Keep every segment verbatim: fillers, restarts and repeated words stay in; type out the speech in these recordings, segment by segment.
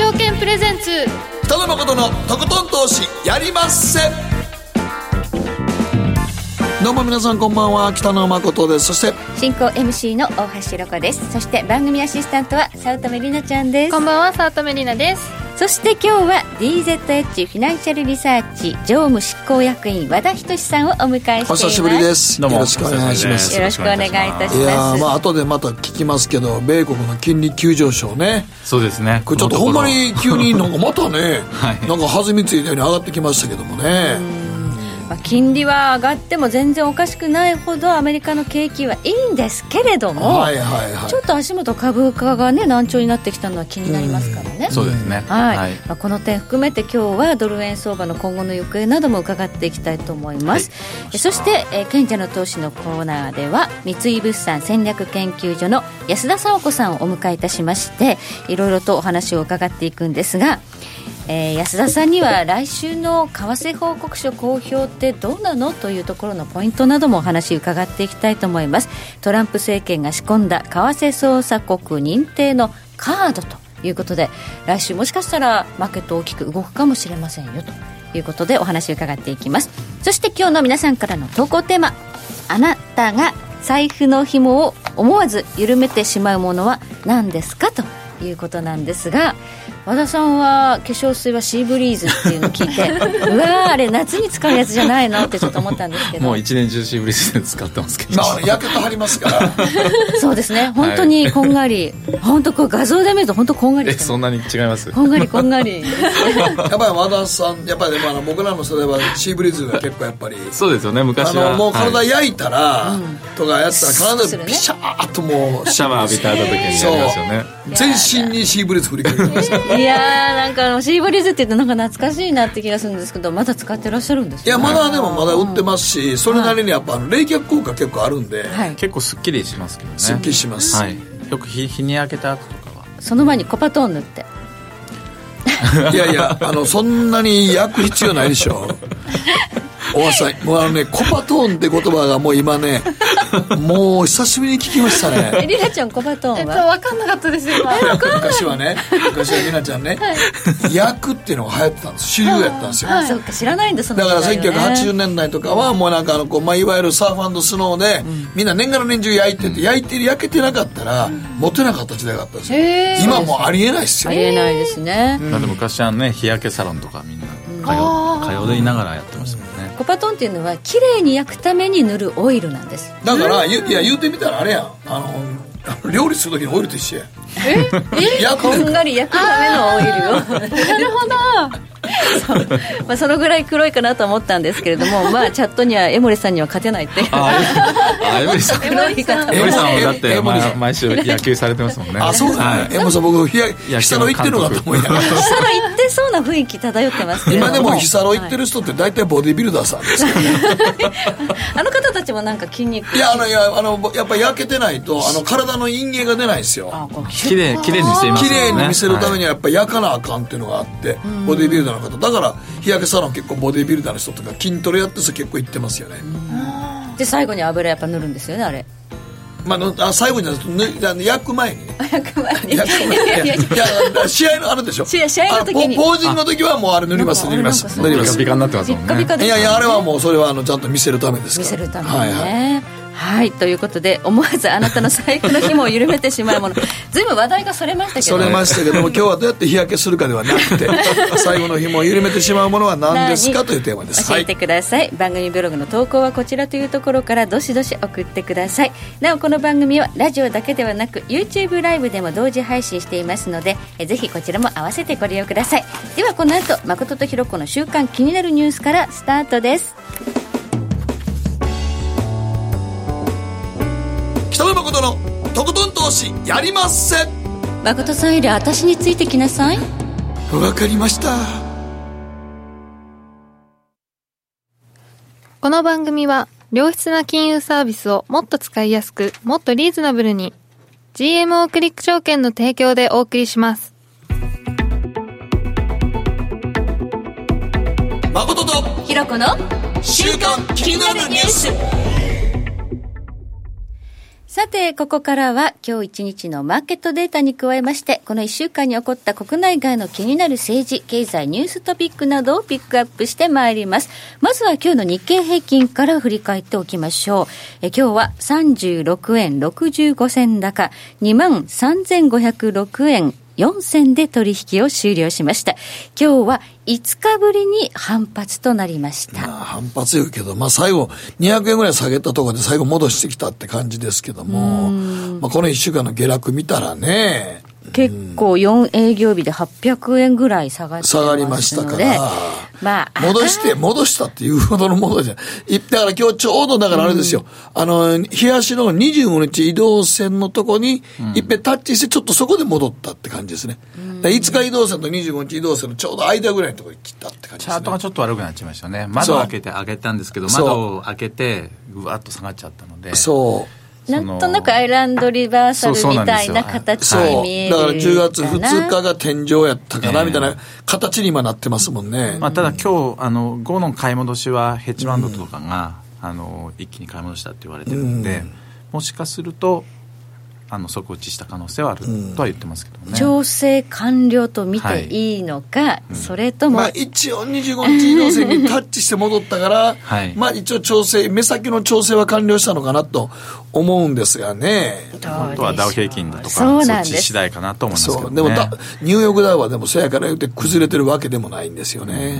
証券プレゼンツ北野誠のとことん投資やりまっせ。どうも皆さんこんばんは、北野誠です。そして進行 エムシー の大橋ロコです。そして番組アシスタントは早乙女里奈ちゃんです。 こんばんは、早乙女里奈です。 そして今日は ディーゼットエイチ フィナンシャルリサーチ常務執行役員和田仁さんをお迎えしています。 お久しぶりです。よろしくお願いします。 よろしくお願いいたします。 いやまあ後でまた聞きますけど、米国の金利急上昇ね。 そうですね。 これちょっとほんまに急になんかまたね、はい、なんか弾みついたように上がってきましたけどもね。 まあ、金利は上がっても全然おかしくないほどアメリカの景気はいいんですけれども、 はいはいはい、 ちょっと足元株価がね難聴になってきたのは気になりますからね。 そうですね、 はいはい。まあ、この点含めて今日はドル円相場の今後の行方なども伺っていきたいと思います、はい、そして、えー、賢者の投資のコーナーでは三井物産戦略研究所の安田佐和子さんをお迎えいたしまして、いろいろとお話を伺っていくんですが、えー、安田さんには来週の為替報告書公表ってどうなのというところのポイントなどもお話伺っていきたいと思います。トランプ政権が仕込んだ為替操作国認定のカードということで、来週もしかしたらマーケット大きく動くかもしれませんよということでお話伺っていきます。そして今日の皆さんからの投稿テーマ、あなたが財布の紐を思わず緩めてしまうものは何ですかということなんですが、和田さんは化粧水はシーブリーズっていうのを聞いてうわーあれ夏に使うやつじゃないのってちょっと思ったんですけど、 もう一年中シーブリーズで使ってますけど、 まあ、やけと張りますからそうですね、本当にこんがり、はい、本当これ画像で見ると本当こんがりしてます。 えそんなに違います？ こんがりこんがりやっぱり和田さんやっぱり、ね、あの僕らの世代はシーブリーズが結構やっぱりそうですよね。昔はあのもう体焼いたら、はい、とかやったら体ピシャーっともうシャワー浴びた後時にやりますよね。 全身にシーブリーズ振りかけてますいやーなんかあのシーブリーズって言うとなんか懐かしいなって気がするんですけど、まだ使ってらっしゃるんですか？ いやまだでもまだ売ってますし、うん、それなりにやっぱあの冷却効果結構あるんで、 はい、 結構すっきりしますけどね。 すっきりします、 はい、よく 日, 日に焼けた後とかはその前にコパトーン塗っていやいやあのそんなに焼く必要ないでしょ大橋さん、もうあのね、コパトーンって言葉がもう今ねもう久しぶりに聞きましたね。 えりなちゃんコパトーンは、 えっと、分かんなかったですよ昔はね昔はりなちゃんね、はい、焼くっていうのが流行ってたんです、主流やったんですよ、 はい、そうか知らないんだそのだからせんきゅうひゃくはちじゅうねんだいとかはもうなんかあのこう、まあ、いわゆるサーフ&スノーで、うん、みんな年がら年中焼いてて、焼いて焼けてなかったら、うん、持てなかった時代があったんですよ。今もうありえないですよ。 ありえないですね、 うん、だって昔はね日焼けサロンとかみんな通い、うん、通いながらやってましたもんね。 コパトーンっていうのは綺麗に焼くために塗るオイルなんです。 だから、いや言うてみたらあれやん、あの料理する時のオイルと一緒やん。 ええこんがり焼くためのオイルをなるほどそう、まあ、そのぐらい黒いかなと思ったんですけれども、まあ、チャットには江森さんには勝てないってああ江森さん黒いか江森さんはだって毎, 毎週野球されてますもんね。 あそうだね、はい、江森さん僕ヒサロ行ってるのかと思いながらヒサロ行ってそうな雰囲気漂ってますけれども、 今でもヒサロ行ってる人って大体ボディビルダーさんですからねあの方たちもなんか筋肉いやあのいやあのやっぱり焼けてないとあの体の陰影が出ないんですよ。 きれいきれいにしていますよね。 きれいに見せるためにはやっぱり焼かなあかんっていうのがあって、はい、ボディビルダーの方だから日焼けサロン結構ボディビルダーの人とか筋トレやってる人結構行ってますよね。 で最後に油やっぱ塗るんですよねあれ。 まあ、あ最後に焼く前にね焼く前に焼く前にいやいや試合のあるでしょ試合試合の時にポージングの時はもうあれ塗ります塗ります塗りますピカピカになってますもんね。 いやいやあれはもうそれはあのちゃんと見せるためですから見せるためにね、はいはいはい、ということで思わずあなたの財布の紐を緩めてしまうものずいぶん話題がそれましたけどそれましたけども今日はどうやって日焼けするかではなくて最後の紐を緩めてしまうものは何ですかというテーマです。 教えてください、はい、番組ブログの投稿はこちらというところからどしどし送ってください。なおこの番組はラジオだけではなく YouTube ライブでも同時配信していますのでえぜひこちらも合わせてご利用ください。ではこの後誠とひろ子の週刊気になるニュースからスタートです。 北野誠のとことん投資やりまっせ。 誠さんより私についてきなさい。 わかりました。 この番組は良質な金融サービスをもっと使いやすくもっとリーズナブルに ジーエムオー クリック証券の提供でお送りします。 誠とひろ子の週刊気になるニュース。 さてここからは今日一日のマーケットデータに加えまして、このいっしゅうかんに起こった国内外の気になる政治経済ニューストピックなどをピックアップしてまいります。まずは今日の日経平均から振り返っておきましょう。え今日はさんじゅうろくえんろくじゅうごせん高 にまんさんぜんごひゃくろくえんよんせんで取引を終了しました。今日はいつかぶりに反発となりました。 まあ、反発言うけど、まあ、最後にひゃくえんぐらい下げたところで最後戻してきたって感じですけども、まあ、このいっしゅうかんの下落見たらね、 結構よん営業日ではっぴゃくえんぐらい下がってますので、 下がりましたから、 まあ、 戻して戻したっていうほどのものじゃないだから今日ちょうどだからあれですよ、うん、あの日足のにじゅうごにち移動線のとこにいっぺんタッチしてちょっとそこで戻ったって感じですね、うん、いつか移動線とにじゅうごにち移動線のちょうど間ぐらいのところに切ったって感じですね。 チャートがちょっと悪くなっちゃいましたね。窓を開けて上げたんですけど、窓を開けてぐわっと下がっちゃったので、 そうなんとなくアイランドリバーサルみたいな形に見えるかな。 だからじゅうがつふつかが天井やったかなみたいな形に今なってますもんね、 まあ、ただ今日あの午後の買い戻しはヘッジファンドとかが、うん、あの一気に買い戻したって言われてるんで、うん、もしかするとあの底打ちした可能性はあるとは言ってますけどね、うん、 調整完了と見ていいのか、はい、それとも、 まあ、一応にじゅうごにち移動線にタッチして戻ったから、はい、まあ一応調整目先の調整は完了したのかなと思うんですがね。 本当はダウ平均だとかそっち次第かなと思いますけどね。 そうでもだニューヨークダウはでもそやから言って崩れてるわけでもないんですよね。 うん、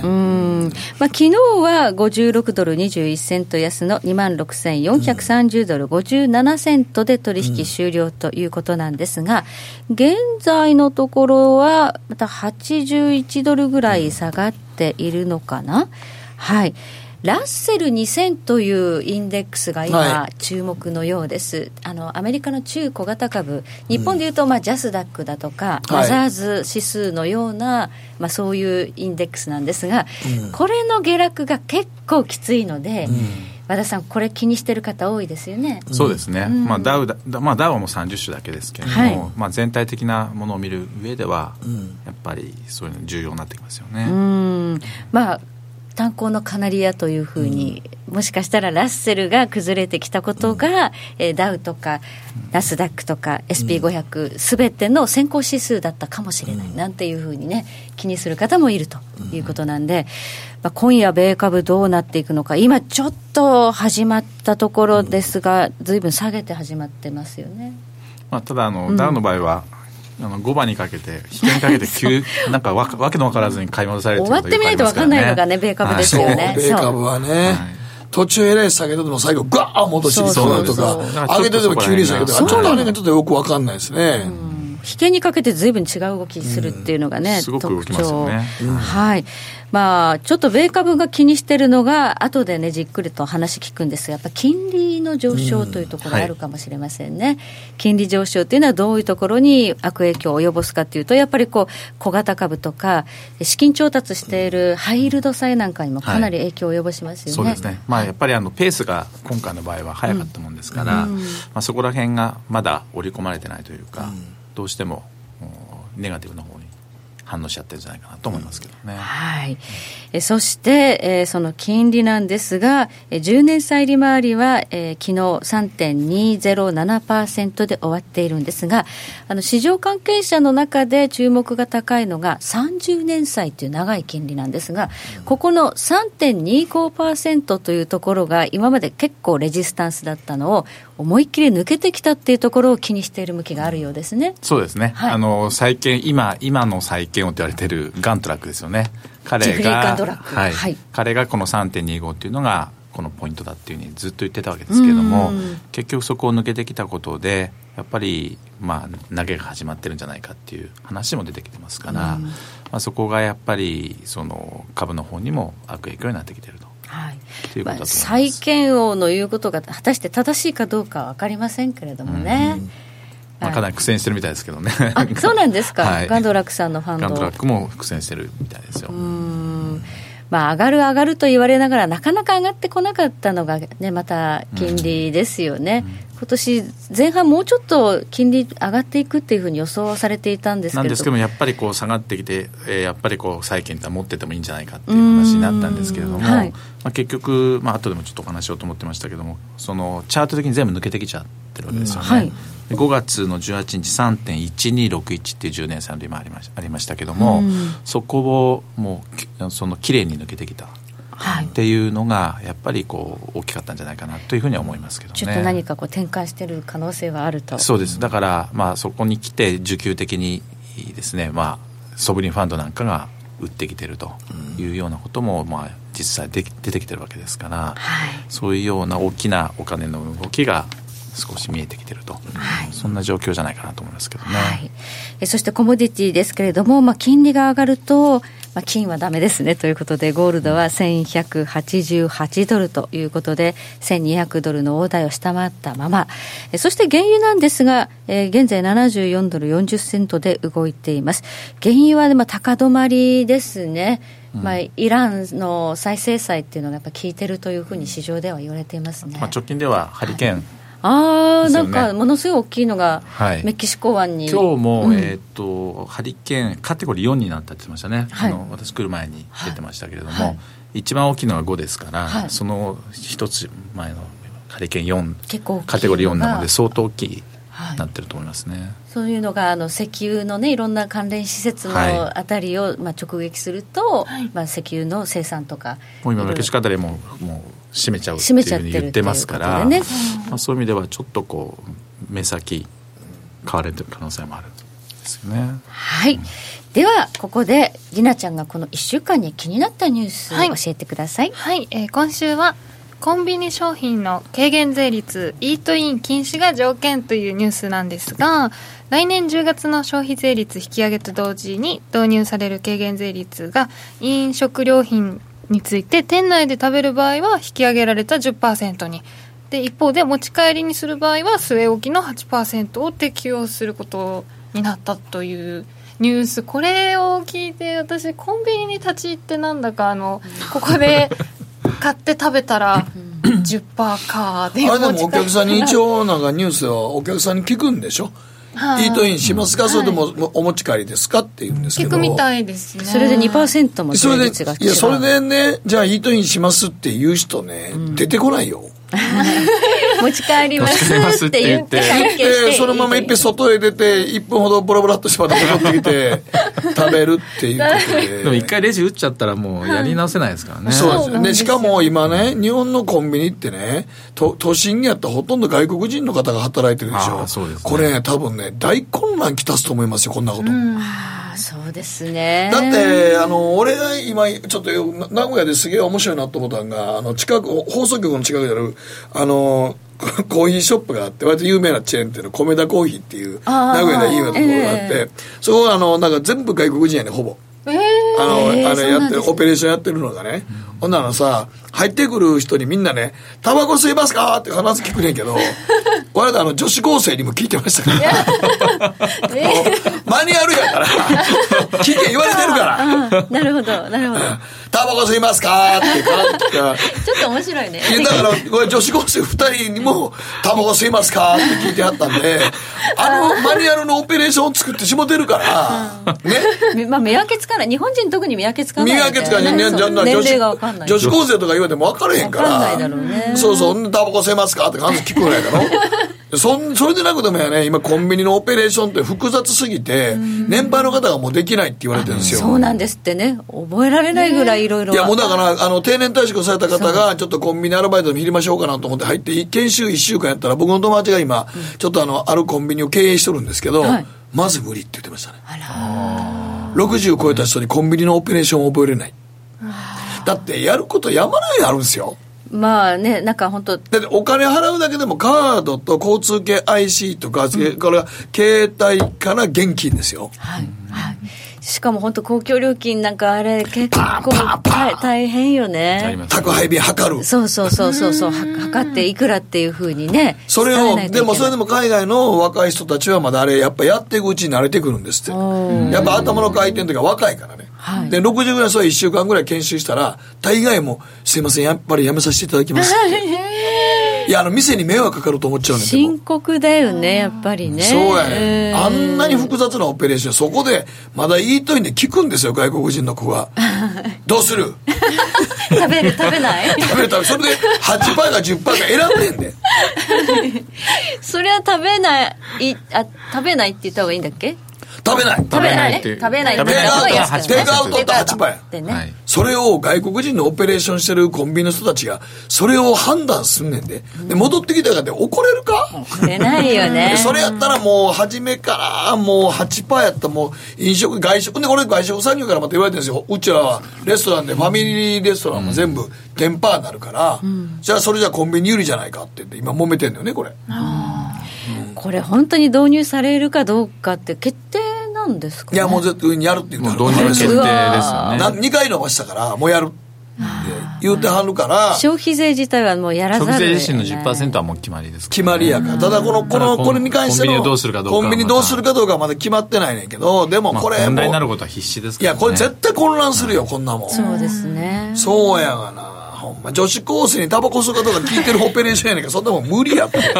まあ、昨日はごじゅうろくドルにじゅういっセント安の にまんろくせんよんひゃくさんじゅうドルごじゅうななセントで取引終了ということなんですが、現在のところはまたはちじゅういちドルぐらい下がっているのかな。はい、ラッセルにせんというインデックスが今注目のようです、はい、あのアメリカの中小型株、日本でいうと、まあ、ジャスダックだとか、うん、マザーズ指数のような、まあ、そういうインデックスなんですが、うん、これの下落が結構きついので、うん、和田さんこれ気にしてる方多いですよね。 そうですね、うんまあ、ダウだ、まあ、ダウはもうさんじゅっ種だけですけれども、はいまあ、全体的なものを見る上では、うん、やっぱりそういうの重要になってきますよね。 うんまあ炭鉱のカナリアというふうに、うん、もしかしたらラッセルが崩れてきたことが、うんえー、ダウとかナスダックとか エスピーごひゃく すべての先行指数だったかもしれない、うん、なんていうふうにね気にする方もいるということなんで、まあ、今夜米株どうなっていくのか、今ちょっと始まったところですがずいぶん下げて始まってますよね。 まあ、ただあの、うん、ダウの場合はあのごばにかけて引けにかけて急なんか わ, わけのわからずに買い戻されてる終わってみないと分かんないのがね米株ですよね。 そう米株はね、はい、途中えらい下げてても最後ガーッ戻しにするとか上げてても急に下げてちょっとあれがちょっとよく分かんないですね。うん引けにかけて随分違う動きするっていうのがね、うん、 すごく動きますよね、 うん、はいまあ、ちょっと米株が気にしてるのが後でねじっくりと話聞くんですが、やっぱ金利の上昇というところがあるかもしれませんね、うんはい、金利上昇というのはどういうところに悪影響を及ぼすかというと、やっぱりこう小型株とか資金調達しているハイイールド債なんかにもかなり影響を及ぼしますよね、 はい、そうですね、まあ、やっぱりあのペースが今回の場合は早かったもんですから、うんまあ、そこら辺がまだ織り込まれてないというか、うん、どうしてもネガティブな方に反応しちゃってるんじゃないかなと思いますけどね、うんはいえそして、えー、その金利なんですが、じゅうねん債利回りは、えー、昨日 さんてんにゼロななパーセント で終わっているんですが、あの市場関係者の中で注目が高いのがさんじゅうねん債という長い金利なんですが、うん、ここの さんてんにごパーセント というところが今まで結構レジスタンスだったのを思いっきり抜けてきたっていうところを気にしている向きがあるようですね。 そうですね、はい、あの債券 今, 今の債券をと言われているガントラックですよね。彼が、はいはい、彼がこの さんてんにご っていうのがこのポイントだっていうふうにずっと言ってたわけですけれども、結局そこを抜けてきたことでやっぱりまあ投げが始まってるんじゃないかっていう話も出てきてますから、まあ、そこがやっぱりその株の方にも悪影響になってきていると。はい、ということだと思います。 まあ、債券王の言うことが果たして正しいかどうかは分かりませんけれどもね、うんまあ、かなり苦戦してるみたいですけどね。 あ、そうなんですか、 はい、 ガンドラックさんのファンド。 ガンドラックも苦戦してるみたいですよ。 うーん、まあ、上がる上がると言われながらなかなか上がってこなかったのが、ね、また金利ですよね、うんうん、今年前半もうちょっと金利上がっていくっていうふうに予想されていたんですけど、 なんですけどもやっぱりこう下がってきて、えー、やっぱりこう債券って持っててもいいんじゃないかっていう話になったんですけれども、はい、まあ、結局、まあ後でもちょっとお話しようと思ってましたけども、そのチャート的に全部抜けてきちゃってってるわけですよね、 はい、 ごがつのじゅうはちにち さんてんいちにろくいち っていうじゅうねん債の利回りありましたけども、うん、そこをもうそのきれいに抜けてきたっていうのがやっぱりこう大きかったんじゃないかなというふうには思いますけどね。 ちょっと何かこう転換してる可能性はあると。 そうです。だからまあそこに来て需給的にですね、まあソブリンファンドなんかが売ってきてるというようなこともまあ実際で出てきてるわけですから、はい、そういうような大きなお金の動きが少し見えてきてると、はい、そんな状況じゃないかなと思いますけどね、はい、 えそしてコモディティですけれども、まあ、金利が上がると、まあ、金はダメですねということでゴールドはせんひゃくはちじゅうはちドルということでせんにひゃくドルの大台を下回ったまま、えそして原油なんですが、えー、現在ななじゅうよんドルよんじゅっセントで動いています。原油はまあ高止まりですね、うんまあ、イランの再制裁っていうのがやっぱ効いてるというふうに市場では言われていますね、 まあ、直近ではハリケーン、はいあー、ね、なんかものすごい大きいのがメキシコ湾に、 はい、今日も、うんえー、とハリケーンカテゴリーよんになったって言ってましたね、はい、あの私来る前に出てましたけれども、はい、一番大きいのがごですから、はい、その一つ前のハリケーンよんカテゴリーよんなので相当大きいなってると思いますね、はい、 そういうのがあの石油のねいろんな関連施設のあたりを、まあ、直撃すると、はいまあ、石油の生産とかもう今メキシコあたりももう閉めちゃうっていうふうに言ってますから、ねまあ、そういう意味ではちょっとこう目先買われてる可能性もあるんですよね。 はい、うん、ではここでりなちゃんがこのいっしゅうかんに気になったニュースを教えてください。 はい、はいえー、今週はコンビニ商品の軽減税率イートイン禁止が条件というニュースなんですが、来年じゅうがつの消費税率引き上げと同時に導入される軽減税率が飲食料品について店内で食べる場合は引き上げられた じゅっパーセント にで一方で持ち帰りにする場合は据え置きの はちパーセント を適用することになったというニュース。これを聞いて私コンビニに立ち入ってなんだかあのここで買って食べたら じゅっパーセント かであれでもお客さんに一応なんかニュースはお客さんに聞くんでしょイートインしますか、はい、それともお持ち帰りですかって言うんですけど聞くみたいですね。 それで にパーセント も税率が違う。 いやそれでねじゃあイートインしますって言う人ね、うん、出てこないよ持ち帰りますって言って会計してそのままいっぺん外へ出ていっぷんほどボラボラっとしまって戻ってきて食べるっていうことででも一回レジ打っちゃったらもうやり直せないですからね、はい、 そうですね。しかも今ね日本のコンビニってね都心にあったらほとんど外国人の方が働いてるでしょ。 そうですね、 これね多分ね大混乱きたすと思いますよこんなこと、うん、 あそうですね。 だってあの俺が今ちょっと名古屋ですげえ面白いなと思ったのがあの近く放送局の近くにあるあのコーヒーショップがあって割と有名なチェーン店の米田コーヒーっていう名古屋で有名なところがあって、えー、そこはあのなんか全部外国人やねほぼ、えー、あの、えー、あのやってるオペレーションやってるのがね、うん、ほんならさ入ってくる人にみんなねタバコ吸いますかって必ず聞くねんけどこれあの女子高生にも聞いてましたからマニュアルやから聞け言われてるからなるほどなるほどタバコ吸いますかってちょっと面白いね。 だからこれ女子高生ふたりにもタバコ吸いますかって聞いてあったんであのマニュアルのオペレーションを作ってしもてるから、 ねまあ、見分けつかない日本人特に見分けつかない、 ね、見分けつかない、ね、年齢が分かんない女子高生とか言われても分からへんから分かんないだろうね。そうそうタバコ吸いますかって話聞くぐらいだろそ, それでなくてもやね今コンビニのオペレーションって複雑すぎて年配の方がもうできないって言われてるんですよ。 そうなんですってね覚えられないぐらいいろいろ。 いやもうだからあの定年退職された方がちょっとコンビニアルバイトでも入れましょうかなと思って入って研修いっしゅうかんやったら僕の友達が今、うん、ちょっとあのあるコンビニを経営しとるんですけど、はい、まず無理って言ってましたね。あらろくじゅう超えた人にコンビニのオペレーションを覚えれない。だってやること山ないあるんですよ。 まあね、なんか本当だってお金払うだけでもカードと交通系 アイシー とか、うん、これは携帯から現金ですよ。はい、 はい。しかも本当公共料金なんかあれ結構大変よね。 宅配便測る。 そうそうそうそうそう測っていくらっていう風にね。 それをでもそれでも海外の若い人たちはまだあれやっぱやっていくうちに慣れてくるんですって。やっぱ頭の回転というか若いからね。はい、でろくじゅうぐらいそれいっしゅうかんぐらい研修したら大概もすいませんやっぱりやめさせていただきますいやあの店に迷惑かかると思っちゃうねん。 深刻だよねやっぱりね。 そうやね、あんなに複雑なオペレーションそこでまだイートインで聞くんですよ外国人の子がどうする食べる食べない食べる食べるそれで はちパーセント か じゅっパーセント か選んでんでそれは食べないあ食べないって言った方がいいんだっけ。 食べない食べないって食べないってテイクアウトテイクアウトってはちパーや、はい、それを外国人のオペレーションしてるコンビニの人たちがそれを判断すんねんで、で戻ってきたからで怒れるか。 怒れないよね。 それやったらもう初めからもう はちパーセント やったらもう飲食外食で、これ外食産業からまた言われてるんですよ。うちらはレストランでファミリーレストランも全部 じゅっパーセント になるから、うん、じゃあそれじゃコンビニ有利じゃないかって言って今揉めてんのよねこれ、うん、 これ本当に導入されるかどうかって決定なんですかね。 いやもう絶対にやるって言って導入決定ですよね。 にかい伸ばしたからもうやるって言うてはるから、 消費税自体はもうやらざるを得ない。 消費税自身の じゅっパーセント はもう決まりですから、ね、 決まりやから。ただこのこのこれに関してのコンビニどうするかどうかコンビニどうするかどうかはまだ決まってないねんけど、でもこれも、まあ、 問題になることは必死ですからね。 いやこれ絶対混乱するよ、こんなもん。 そうですね。 そうやがな、ほんま女子高生にタバコ吸うかどうか聞いてるオペレーションやねんからそんなもん無理やって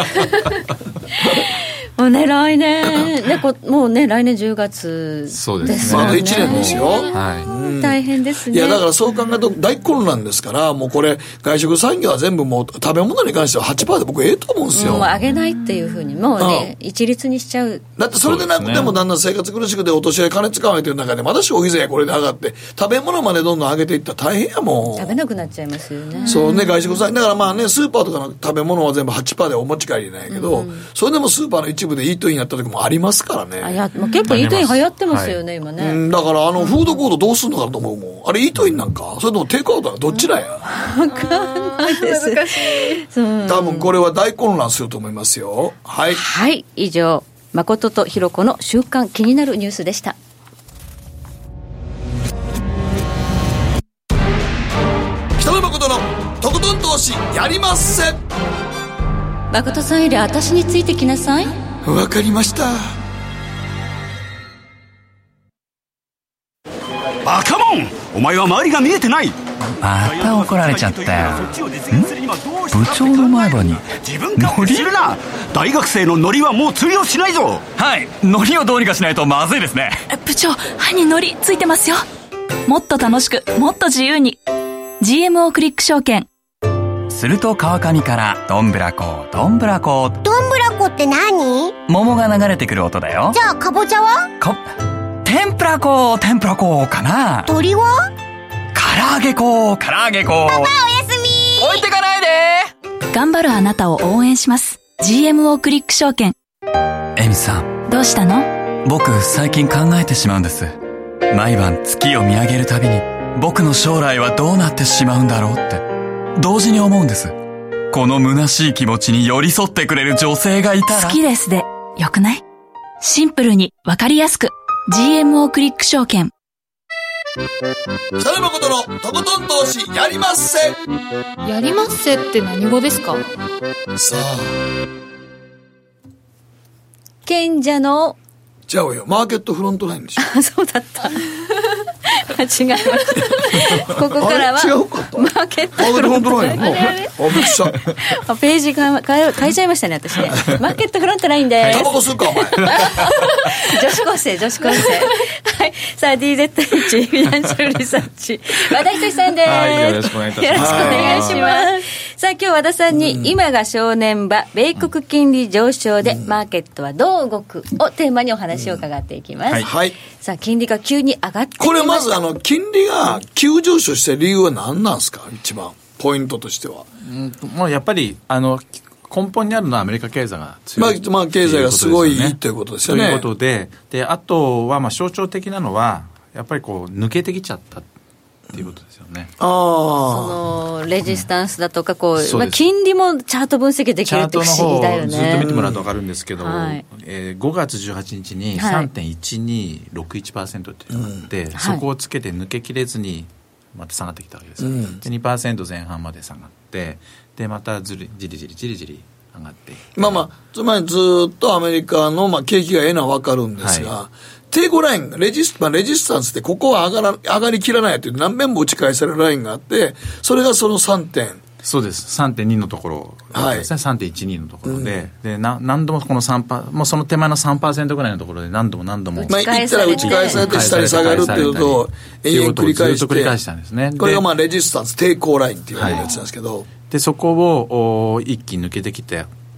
もうね来年ねこもうね来年じゅうがつですそうですね。まだいちねんですよ、 はい、うん、大変ですね。 いやだからそう考えると大混乱ですから、もうこれ外食産業は全部もう食べ物に関しては はちパーセント で僕ええと思うんですよ。 もう上げないっていうふうにもうね、うん、一律にしちゃう。 だってそれでなくてもだんだん生活苦しくてお年寄り金使わないという中でまだ消費税これで上がって食べ物までどんどん上げていったら大変やもん。 食べなくなっちゃいますよね。 そうね、外食産業だからまあねスーパーとかの食べ物は全部 はちパーセント でお持ち帰りなんやけど、うん、それでもスーパーの一部でイートインやった時もありますからね。 あやもう結構イートイン流行ってますよね、はい、今ね、 うん、だからあのフードコートどうすんのかなと思うもん。あれイートインなんかそれともテイクアウトはどっちなんや。 分かんないです。難しい。 多分これは大混乱すると思いますよ。はい、 はい、以上誠とひろ子の週刊気になるニュースでした。 北野誠のとことん投資やりまっせ。 誠さんより私についてきなさい。 わかりました。 バカモン、お前は周りが見えてない。 また怒られちゃったよ。ん？部長の前歯にノリするな。大学生のノリはもう通用しないぞ。 はい、ノリをどうにかしないとまずいですね。 部長、歯にノリついてますよ。もっと楽しくもっと自由に ジーエムオー クリック証券。 すると川上からどんぶらこどんぶらこ。 どんぶらこって何？ 桃が流れてくる音だよ。 じゃあかぼちゃは？ こ天ぷらこ天ぷらこかな。 鳥は？ 唐揚げこ唐揚げこ。 パパおやすみ。 置いてかないで。 頑張るあなたを応援します。 ジーエムオー クリック証券。 エミさん、 どうしたの？ 僕最近考えてしまうんです。毎晩月を見上げるたびに僕の将来はどうなってしまうんだろうって同時に思うんです。この虚しい気持ちに寄り添ってくれる女性がいたら。 好きですでよくない？シンプルにわかりやすく ジーエムオー クリック証券。 北野誠のとことん投資やりまっせ。 やりまっせって何語ですか？ さあ賢者のじゃあよマーケットフロントラインでしょ。 そうだった間違えましたここからは違うかったマーケットフロントライン。 あれあれあびっくりしたあページ変え、変え、変えちゃいましたね私ね。マーケットフロントラインです。 タバコ吸うかお前女子高生女子高生はい、さあ ディーゼットエイチ フィナンシャルリサーチ和田仁さんです、 はい、よろしくお願いいたします。 よろしくお願いします。さあ今日和田さんに、うん、今が正念場米国金利上昇で、うん、マーケットはどう動くをテーマにお話を伺っていきます、うんはい、さあ金利が急に上がってきました。 これまずあの金利が急上昇した理由は何なんですか？一番ポイントとしては、 うん、もうやっぱりあの根本にあるのはアメリカ経済が強い、 まあ、まあ経済がすごいいいということですよね。 ということで、であとはまあ象徴的なのはやっぱりこう抜けてきちゃったっていうことですよね。 あそのレジスタンスだとかこう、うんまあ、金利もチャート分析できるって不思議だよね。 ずっと見てもらうと分かるんですけど、うんはいえー、ごがつじゅうはちにちに さんてんいちにろくいちパーセント っていうのがあって、うん、そこをつけて抜けきれずにまた下がってきたわけですよ、うん、で にパーセント 前半まで下がってでまたずりじりじりじりじり上がってまあまあつまりずっとアメリカのまあ景気がええのは分かるんですが、はい抵抗ラインレジス、まあ、レジスタンスってここは上がら上がりきらないという何遍も打ち返されるラインがあってそれがそのさんてんそうです さんてんに のところですね、はい、さんてんいちに のところで、うん、でな何度もこのさんパーセントもうその手前の さんパーセント ぐらいのところで何度も何度もまあ言ったら打ち返されて下に下がるっていうことを延々繰り返してずっと繰り返したんですね。 これがまあレジスタンス抵抗ラインっていうやつなんですけど、はい、 でそこを一気に抜けてきて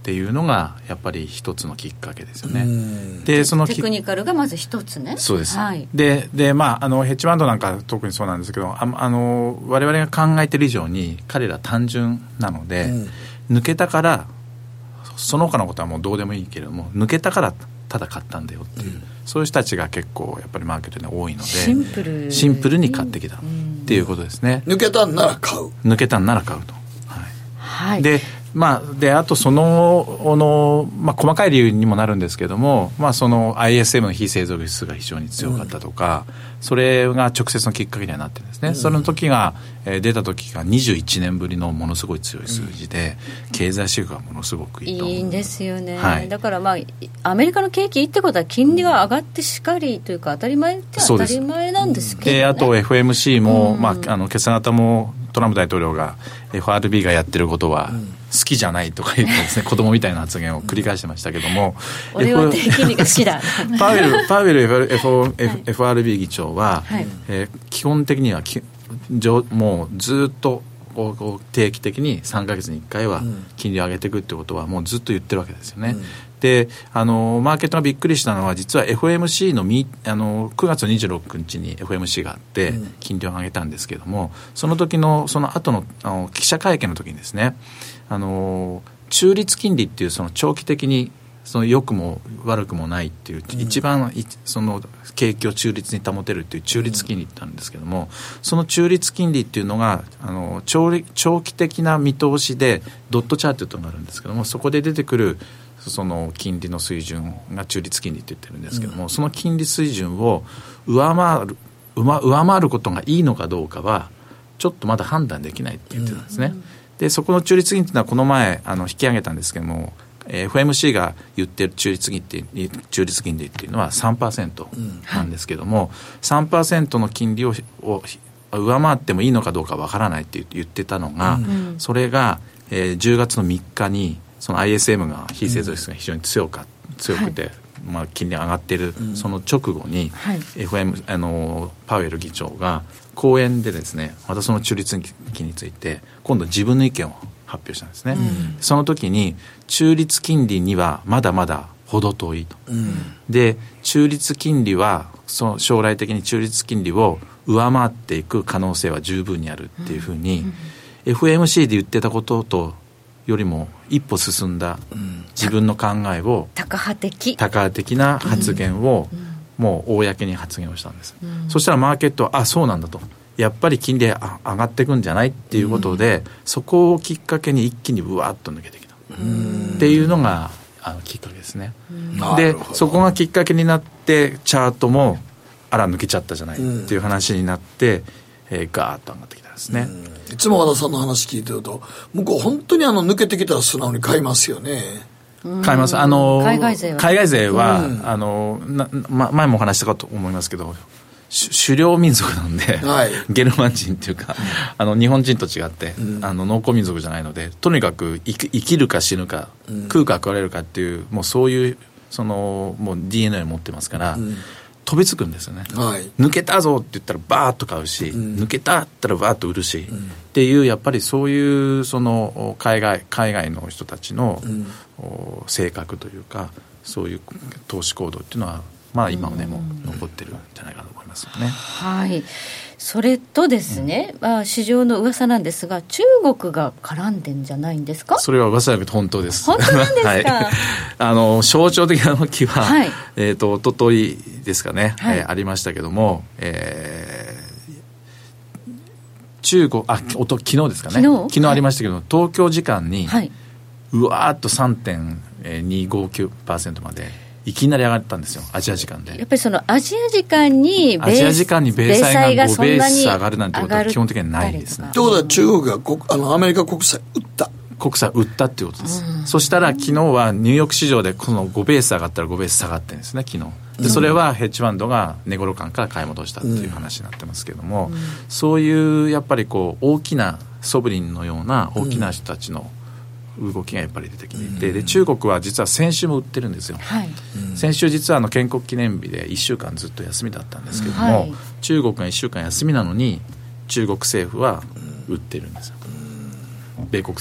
っていうのがやっぱり一つのきっかけですよね。でそのテクニカルがまず一つね。 そうです、 はい、 で, で、まあ、あのヘッジファンドなんか特にそうなんですけど、ああの我々が考えてる以上に彼ら単純なので、うん、抜けたからその他のことはもうどうでもいいけれども、抜けたからただ買ったんだよっていう、うん、そういう人たちが結構やっぱりマーケットに多いので、シンプルシンプルに買ってきたっていうことですね。 抜けたんなら買う抜けたんなら買うと、 はいはい、 でまあ、であとそのの、まあ、細かい理由にもなるんですけども、まあ、その アイエスエム の非製造指数が非常に強かったとか、うん、それが直接のきっかけにはなってるんですね、うん、その時が、えー、出た時がにじゅういちねんぶりのものすごい強い数字で、うん、経済指標がものすごくいいと思う。 いいんですよね、 はい、 だから、まあ、アメリカの景気いいってことは金利が上がってしかりというか当たり前って当たり前なんですけどね。 であと エフエムシー も、うんまあ、あの決算型もトランプ大統領が エフアールビー がやってることは好きじゃないとか言ってですね子供みたいな発言を繰り返してましたけども、 俺は低金利が好きだパウエル、パウエル エフアールビー 議長は、はいえー、基本的にはきもうずっとこう定期的にさんかげつにいっかいは金利を上げていくってことはもうずっと言ってるわけですよね、うんであのマーケットがびっくりしたのは実は エフオーエムシー の, みあのくがつにじゅうろくにちに エフオーエムシー があって金利を上げたんですけども、その時のその後のあの記者会見の時にですね、あの中立金利っていうその長期的にその良くも悪くもないっていう、うん、一番その景気を中立に保てるっていう中立金利ってあるんですけども、その中立金利っていうのがあの 長, 長期的な見通しでドットチャートというのがあるんですけども、そこで出てくるその金利の水準が中立金利って言ってるんですけども、うん、その金利水準を上回る上回ることがいいのかどうかはちょっとまだ判断できないって言ってたんですね、うん、でそこの中立金利っていうのはこの前あの引き上げたんですけども、エフオーエムシー が言ってる中立金利中立金利っていうのは さんパーセント なんですけども、うんはい、さんパーセント の金利をを上回ってもいいのかどうかわからないって言ってたのが、うん、それが、えー、じゅうがつのみっかにその アイエスエム が非製造指数が非常に強か、うん、強くて、はいまあ、金利上がっている、うん、その直後に、はい、エフオーエム あのパウエル議長が講演でですね、またその中立金について今度自分の意見を発表したんですね、うん、その時に中立金利にはまだまだ程遠いと、うん、で中立金利はその将来的に中立金利を上回っていく可能性は十分にあるっていうふうに、うんうん、エフオーエムシー で言ってたこととよりも一歩進んだ自分の考えを、 タカ派的タカ派的な発言をもう公に発言をしたんです、うん、そしたらマーケットはあそうなんだと、やっぱり金利上がっていくんじゃないっていうことで、うん、そこをきっかけに一気にブワッと抜けてきたっていうのがあのきっかけですね、うん、でそこがきっかけになってチャートもあら抜けちゃったじゃないっていう話になって、うんえー、ガーッと上がってきたんですね、うんいつも和田さんの話聞いてると向こう本当にあの抜けてきたら素直に買いますよね。 買います。あの海外勢は海外勢は、うん、あのな、ま、前もお話したかと思いますけど狩猟民族なんで、はい、ゲルマン人っていうかあの日本人と違って、うん、あの農耕民族じゃないのでとにかく生き、生きるか死ぬか、うん、食うか食われるかっていうもうそういうそのもう ディーエヌエー を持ってますから、うん飛びつくんですよね、はい、抜けたぞって言ったらバーッと買うし、うん、抜けたって言ったらバーッと売るし、うん、っていうやっぱりそういうその海外海外の人たちの、うん、性格というかそういう投資行動っていうのはまあ今もね、うん、もう残ってるんじゃないかと思いますよね。 はいそれとですね、うんまあ、市場の噂なんですが中国が絡んでんじゃないんですか。 それは噂じゃなくて本当です。 本当なんですか、はい、 あの象徴的な動きは、はいえー、と一昨日ですかね、はいえー、ありましたけども、えー、中国あおと昨日ですかね昨日、昨日ありましたけど、はい、東京時間に、はい、うわーっと さんてんにごきゅうパーセント までいきなり上がったんですよアジア時間で。 やっぱりそのアジア時間にベースアジア時間に米債がごベース上がるなんてことは基本的にはないですね。 ということは中国があのアメリカ国債売った国債売ったっていうことです、うん、そしたら昨日はニューヨーク市場でこのごベース上がったらごベース下がってるんですね昨日で、それはヘッジファンドが値頃感から買い戻したっていう話になってますけども、うん、そういうやっぱりこう大きなソブリンのような大きな人たちの動きがやっぱり出てきていて、うん、で中国は実は先週も売ってるんですよ、はいうん、先週実はあの建国記念日でいっしゅうかんずっと休みだったんですけども、はい、中国がいっしゅうかん休みなのに中国政府は売ってるんですよ、うん、米国債を。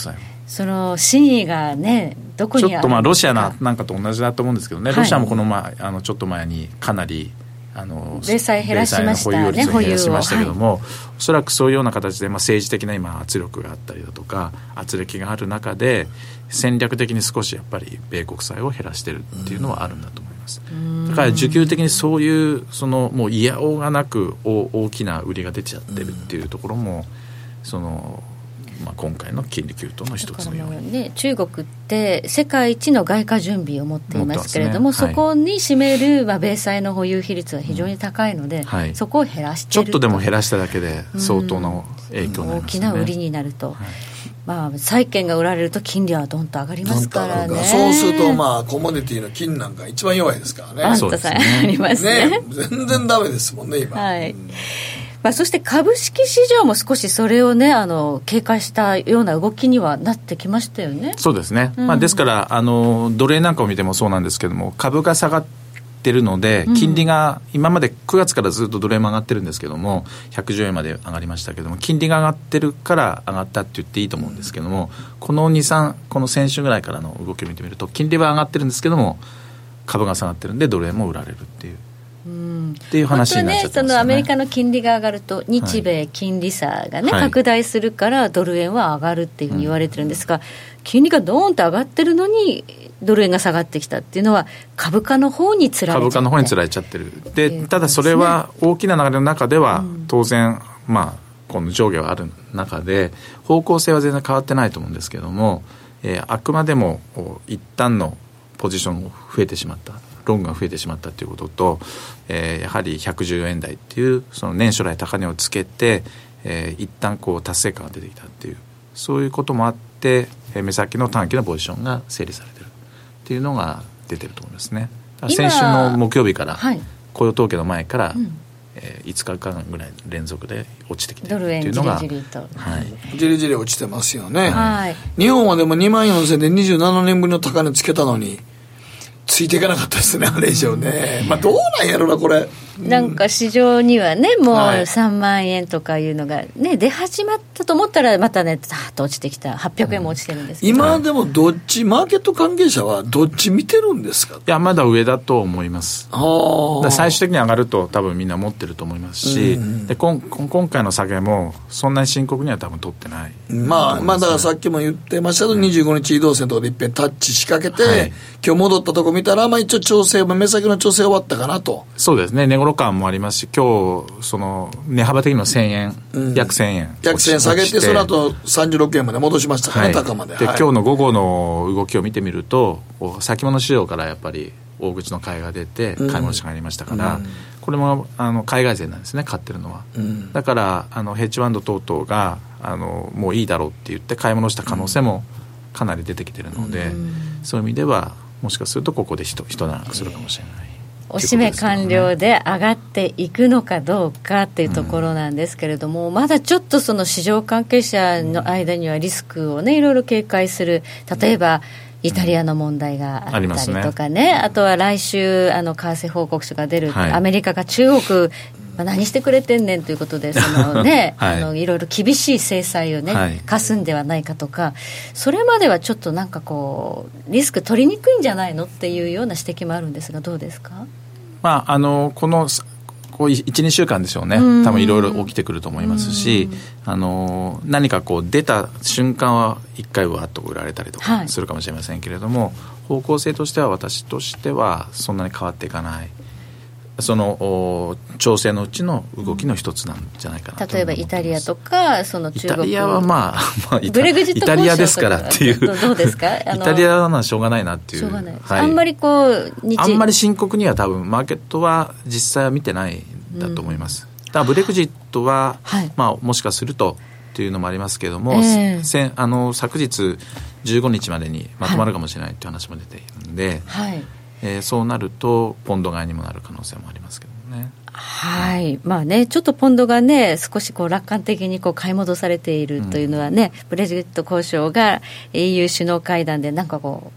その真意がねどこにあるのか。 ちょっとまあロシアなんかと同じだと思うんですけどね、はい、ロシアもこの、まあ、あのちょっと前にかなりあの米債減らしましたね、 米債の保有率を減らしましたけども、はい、おそらくそういうような形で、まあ、政治的な今圧力があったりだとか圧力がある中で戦略的に少しやっぱり米国債を減らしてるっていうのはあるんだと思います。だから需給的にそういうそのもういやおうがなく大きな売りが出ちゃってるっていうところもそのまあ、今回の金利急騰の一つのように、 ね、中国って世界一の外貨準備を持っていますけれども、ね、そこに占める、まあ、米債の保有比率は非常に高いので、うんはい、そこを減らしているちょっとでも減らしただけで相当の影響になりますね、 大きな売りになると、はいまあ、債券が売られると金利はどんと上がりますからね。 そうすると、まあ、コモディティの金なんか一番弱いですからね。 バンとさありますね。 ね全然ダメですもんね今、 はいうんまあ、そして株式市場も少しそれをねあの警戒したような動きにはなってきましたよね。 そうですね、うんまあ、ですからあのドル円なんかを見てもそうなんですけども株が下がってるので金利が今までくがつからずっとドル円も上がってるんですけどもひゃくじゅうえんまで上がりましたけども金利が上がってるから上がったって言っていいと思うんですけどもこのに、さんこの先週ぐらいからの動きを見てみると金利は上がってるんですけども株が下がってるんでドル円も売られるっていううんっていう話になっちゃってますよね。 本当ね、そのアメリカの金利が上がると日米金利差がね、はい、拡大するからドル円は上がるっていうふうに言われてるんですが、うん、金利がドーンと上がってるのにドル円が下がってきたっていうのは株価の方につられちゃって株価の方につられちゃってるで、ね、ただそれは大きな流れの中では当然、うん、まあこの上下はある中で方向性は全然変わってないと思うんですけども、えー、あくまでも一旦のポジションが増えてしまったロングが増えてしまったということと、えー、やはりひゃくじゅうえん台っていうその年初来高値をつけて、えー、一旦こう達成感が出てきたっていうそういうこともあって、えー、目先の短期のポジションが整理されてるっていうのが出てると思いますね。先週の木曜日から、はい、雇用統計の前から、うんえー、いつかかんぐらい連続で落ちてきてるっていうのがドル円じりじりと、 はい、じりじり落ちてますよね、はい、日本はでもにまんよんせんでにじゅうななねんぶりの高値つけたのについていかなかったですねあれ以上ね、まあ、どうなんやろなこれ、 うん、なんか市場にはねもうさんまんえんとかいうのが、ね、出始まったと思ったらまたねザーッと落ちてきたはっぴゃくえんも落ちてるんですけど、 うん、今でもどっちマーケット関係者はどっち見てるんですか。 いやまだ上だと思います。あだ最終的に上がると多分みんな持ってると思いますし、うんうん、でこん今回の下げもそんなに深刻には多分取ってない、 まあ、まあだからさっきも言ってましたけど、うん、にじゅうごにち移動線とかでいっぺんタッチ仕掛けて、はい、今日戻ったとこ見たら、まあ、一応調整目先の調整終わったかなと。 そうですね値頃感もありますし今日その値幅的にもせんえん、うん、約せんえん約せんえん下げてその後さんじゅうろくえんまで戻しましたからね、はい、高まで、 で、 はい、 今日の午後の動きを見てみると先物市場からやっぱり大口の買いが出て買い戻しがありましたから、うん、これもあの海外勢なんですね買ってるのは、うん、だからあのヘッジファンド等々があのもういいだろうって言って買い戻した可能性もかなり出てきてるので、うん、そういう意味ではもしかするとここで一段落するかもしれない、 おしめ完了で上がっていくのかどうかっていうところなんですけれども、うん、まだちょっとその市場関係者の間にはリスクをねいろいろ警戒する、例えばイタリアの問題があったりとか ね, ねあとは来週あの為替報告書が出る、はい、アメリカが中国、まあ、何してくれてんねんということでその、ねはい、あのいろいろ厳しい制裁をね、はい、課すんではないかとか、それまではちょっとなんかこうリスク取りにくいんじゃないのっていうような指摘もあるんですがどうですか。 まあ、あのこのこう いちにしゅうかんでしょうね、多分いろいろ起きてくると思いますし、あの何かこう出た瞬間はいっかいわっと売られたりとかするかもしれませんけれども、はい、方向性としては私としてはそんなに変わっていかない、その調整のうちの動きの一つなんじゃないかなと。 例えばイタリアとかその中国、 イタリアはまあ、まあ、イブレグジットイタリアですからっていうどうですかあのイタリアはしょうがないなっていう、 しょうがない、 はい、 あんまりこう日あんまり深刻には多分マーケットは実際は見てないんだと思います、うん、だからブレグジットは、はいまあ、もしかするとっていうのもありますけれども、えー、せあの昨日じゅうごにちまでにまとまるかもしれないという話も出ているんで、はいえー、そうなるとポンド買いにもなる可能性もありますけどね。 はいまあね、ちょっとポンドがね少しこう楽観的にこう買い戻されているというのはね、うん、ブレグジット交渉が イーユー 首脳会談でなんかこう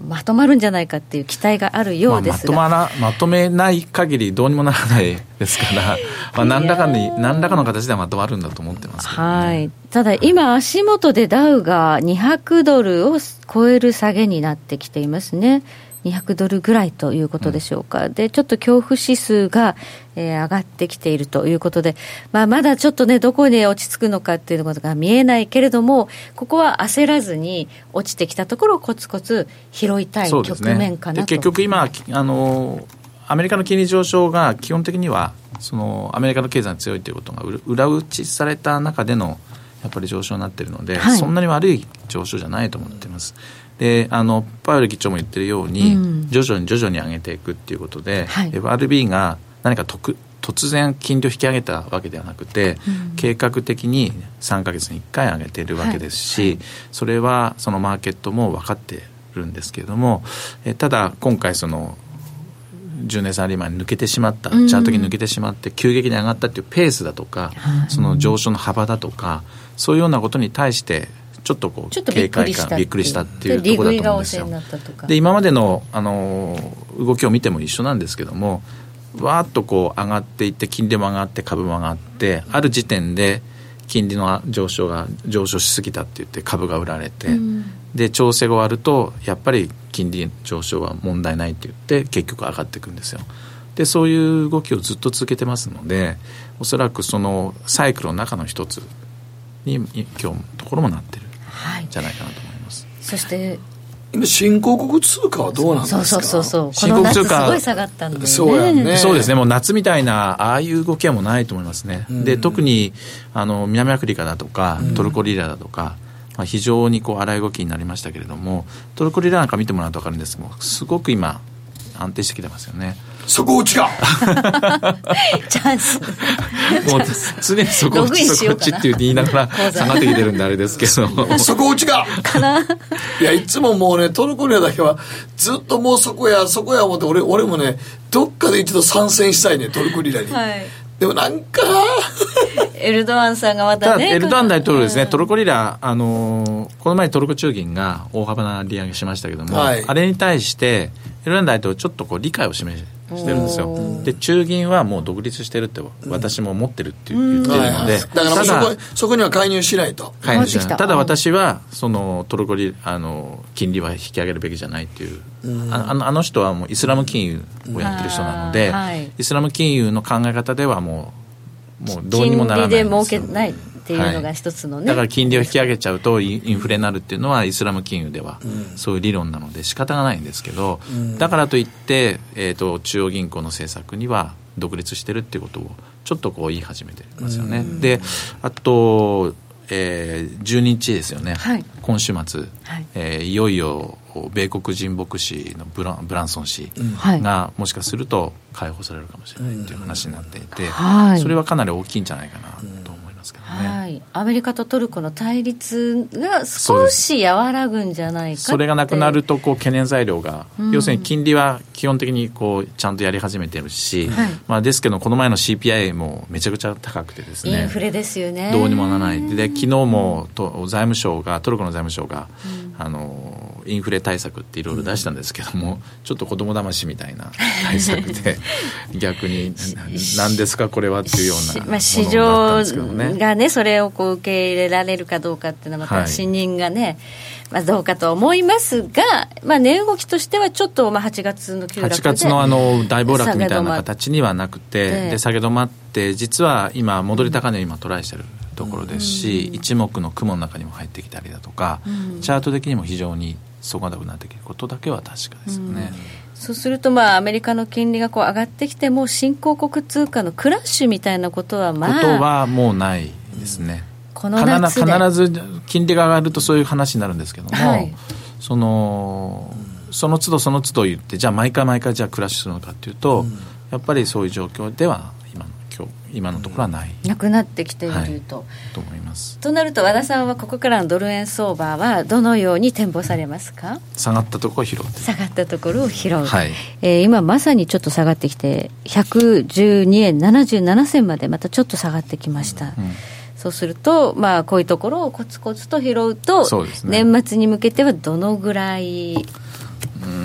まとまるんじゃないかっていう期待があるようですが、 まあ、まとまらまとめない限りどうにもならないですからまあ何らかに何らかの形ではまとまるんだと思ってますけど、ね、 はい、ただ今足元でダウがにひゃくドルを超える下げになってきていますね。にひゃくドルぐらいということでしょうか、うん、でちょっと恐怖指数が、えー、上がってきているということで、まあ、まだちょっとねどこで落ち着くのかっていうことが見えないけれども、ここは焦らずに落ちてきたところをコツコツ拾いたい局面かなと。 で結局今あのアメリカの金利上昇が基本的にはそのアメリカの経済が強いということが裏打ちされた中でのやっぱり上昇になっているので、はい、そんなに悪い上昇じゃないと思っています。であのパウエル議長も言ってるように、うん、徐々に徐々に上げていくっていうことで、はい、エフアールビー が何か特突然金利を引き上げたわけではなくて、うん、計画的にさんかげつにいっかい上げているわけですし、はいはい、それはそのマーケットも分かっているんですけれども、えただ今回そのじゅうねんサリーマンに抜けてしまった、チャートに抜けてしまって急激に上がったっていうペースだとか、うん、その上昇の幅だとか、そういうようなことに対してちょっとこう警戒感びっくりしたっていうところだと思うんですよ。で今までの、あの動きを見ても一緒なんですけども、わーっとこう上がっていって金利も上がって株も上がって、ある時点で金利の上昇が上昇しすぎたって言って株が売られて、うん、で調整が終わるとやっぱり金利上昇は問題ないって言って結局上がっていくんですよ。でそういう動きをずっと続けてますので、おそらくそのサイクルの中の一つに今日のところもなってるじゃないかなと思います。 そして今新興国通貨はどうなんですか。 そうそうそうそう、この夏すごい下がったんで、ね、 そうやね。 そうですね、もう夏みたいなああいう動きはもうないと思いますね、うん、で特にあの南アフリカだとかトルコリラだとか、うんまあ、非常にこう荒い動きになりましたけれども、トルコリラなんか見てもらうと分かるんですけども、すごく今安定してきてますよね。 底打ちかチャンスもう常に底打ち底打ちって言いながら下がってきてるんであれですけど底打ちかかないやいつももうねトルコリラだけはずっともうそこやそこや思って、俺俺もねどっかで一度参戦したいねトルコリラに、はい、でもなんかエルドアンさんがまたね、 エルドアン大統領ですね、トルコリラ、あのー、この前トルコ中銀が大幅な利上げしましたけども、はい、あれに対してエルドアン大統領ちょっとこう理解を示してるんですよ。で中銀はもう独立してるって私も思ってるって言ってるので、 だからそこ、そこには介入しないと。 介入しない。ただ私はそのトルコリあの金利は引き上げるべきじゃないっていう、あ, あ, のあの人はもうイスラム金融をやってる人なので、はい、イスラム金融の考え方ではもうもうどうにもならないんですよ。 金利で儲けないっていうのが一つのね、 はい、だから金利を引き上げちゃうとインフレになるっていうのはイスラム金融ではそういう理論なので仕方がないんですけど、うん、だからといって、えーと、中央銀行の政策には独立してるっていうことをちょっとこう言い始めてますよね、うん、であと、えー、じゅうににちですよね、はい、今週末、はいえー、いよいよ米国人牧師のブラン、ブランソン氏がもしかすると解放されるかもしれないという話になっていて、はい、それはかなり大きいんじゃないかなと思いますけどね、 はい、アメリカとトルコの対立が少し和らぐんじゃないかって。 それがなくなるとこう懸念材料が、うん、要するに金利は基本的にこうちゃんとやり始めてるし、はいまあ、ですけどこの前の シーピーアイ もめちゃくちゃ高くてですね、 インフレですよね、 どうにもならないで、昨日もと財務省がトルコの財務省が、うん、あのインフレ対策っていろいろ出したんですけども、うん、ちょっと子供騙しみたいな対策で逆に何ですかこれはっていうようなものだったんですけどね、まあ、市場がねそれをこう受け入れられるかどうかっていうのはまた信任がね、はいまあ、どうかと思いますが、まあ、値動きとしてはちょっとまあはちがつの急落ではちがつの, あの大暴落みたいな形にはなくて、で下げ止まって実は今戻り高値を今トライしてるところですし、うん、一目の雲の中にも入ってきたりだとか、うん、チャート的にも非常に底高くなってくることだけは確かですよね、うん、 そうするとまあアメリカの金利がこう上がってきても新興国通貨のクラッシュみたいなことはまあことはもうないですね、 うん、この夏で必ず金利が上がるとそういう話になるんですけども、はい、そのその都度その都度言ってじゃあ毎回毎回じゃあクラッシュするのかっていうと、うん、やっぱりそういう状況では今の今日今のところはない、 うん、なくなってきていると、はい、 と思います。 となると和田さんはここからのドル円相場はどのように展望されますか。 下がったところを拾う下がったところを拾う、 はいえー、今まさにちょっと下がってきてひゃくじゅうにえんななじゅうななせんまでまたちょっと下がってきました、うん、そうすると、まあ、こういうところをコツコツと拾うと、そうですね、年末に向けてはどのぐらい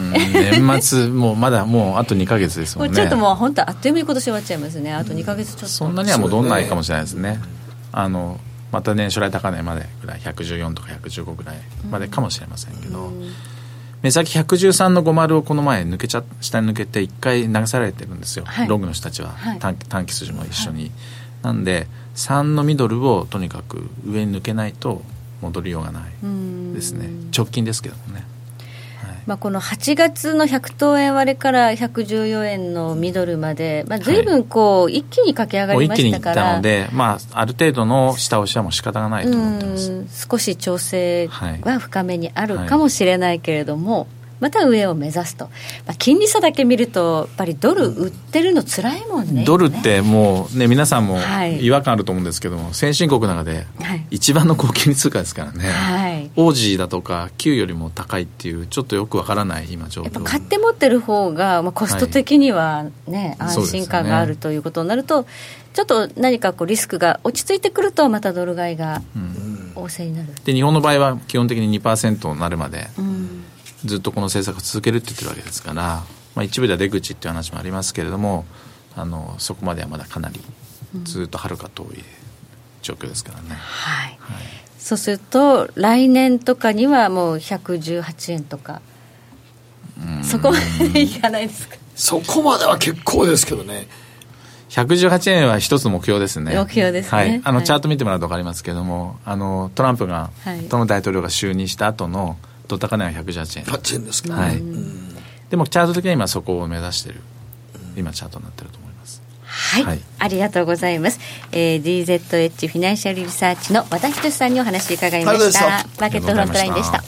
年末もうまだもうあとにかげつですもんね。 もうちょっともう本当あっという間に今年終わっちゃいますね。あとにかげつちょっと、 そんなには戻んないかもしれないですね。あのまた年初来高値までぐらいひゃくじゅうよんとかひゃくじゅうごぐらいまでかもしれませんけど、目先ひゃくじゅうさんのごじゅうをこの前抜けちゃ下に抜けていっかい流されてるんですよ、はい、ロングの人たちは、はい、短, 短期筋も一緒に、はい、なんでさんのミドルをとにかく上に抜けないと戻りようがないですね。直近ですけどもね。 まあ、このはちがつのひゃくとうえん割れからひゃくじゅうよえんのミドルまで、まあ、随分こう、はい、一気に駆け上がりましたから、 もう一気にいったので、まあ、ある程度の下押しはもう仕方がないと思ってます。 少し調整は深めにあるかもしれないけれども、はいはい、また上を目指すと、まあ、金利差だけ見るとやっぱりドル売ってるのつらいもんね。 ドルってもうね、皆さんも違和感あると思うんですけども、はい、先進国の中で一番の高金利通貨ですからね、はい、オージーだとか Q よりも高いっていうちょっとよくわからない今状況。 やっぱ買って持ってる方が、まあ、コスト的にはね、はい、安心感があるということになると、ちょっと何かこうリスクが落ち着いてくるとまたドル買いが旺盛になる、うん、 で日本の場合は基本的に にパーセント になるまで、うんずっとこの政策を続けるって言ってるわけですから、まあ、一部では出口っていう話もありますけれども、あのそこまではまだかなりずっとはるか遠い状況ですからね、うんはいはい、そうすると来年とかにはもうひゃくじゅうはちえんとかそこまでいかないですか。 そこまでは結構ですけどね。 ひゃくじゅうはちえんは一つ目標ですね。 目標ですね、 はい、あのチャート見てもらうと分かりますけれども、あのトランプが、はい、トランプ大統領が就任した後のドル高値はひゃくじゅうはちえん。 はちえんですか、 はい、うんでもチャート的には今そこを目指している、今チャートになっていると思います。 はい、はい、ありがとうございます、えー、ディーゼットエイチ フィナンシャルリサーチの和田仁さんにお話伺いました。マーケットフロントラインでした。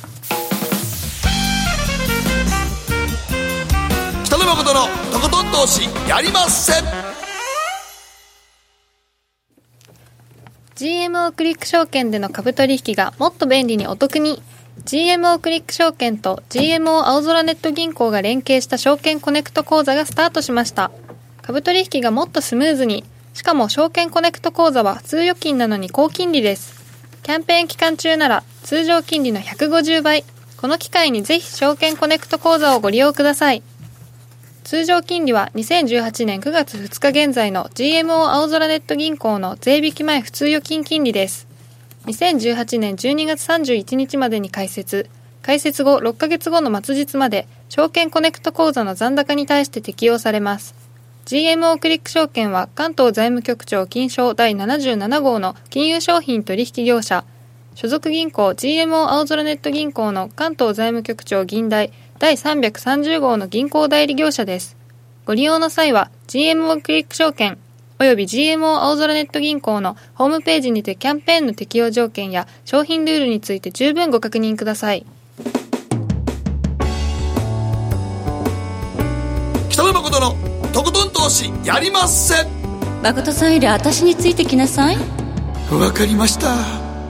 北野誠のとことん投資やりません。 ジーエムオー クリック証券での株取引がもっと便利にお得に、 ジーエムオー クリック証券と ジーエムオー 青空ネット銀行が連携した証券コネクト講座がスタートしました。株取引がもっとスムーズに、しかも証券コネクト講座は普通預金なのに高金利です。キャンペーン期間中なら通常金利のひゃくごじゅうばい。この機会にぜひ証券コネクト講座をご利用ください。通常金利はにせんじゅうはちねんくがつふつか現在の ジーエムオー 青空ネット銀行の税引き前普通預金金利です。にせんじゅうはちねんじゅうにがつさんじゅういちにちまでに開設、開設後ろっかげつごの末日まで証券コネクト口座の残高に対して適用されます。 ジーエムオー クリック証券は関東財務局長金商だいななじゅうななごうの金融商品取引業者、所属銀行 ジーエムオー 青空ネット銀行の関東財務局長銀代だいさんびゃくさんじゅうごうの銀行代理業者です。ご利用の際は ジーエムオー クリック証券および ジーエムオー 青空ネット銀行のホームページにてキャンペーンの適用条件や商品ルールについて十分ご確認ください。 北野誠のとことん投資やりません。 誠さんより私についてきなさい。 わかりました。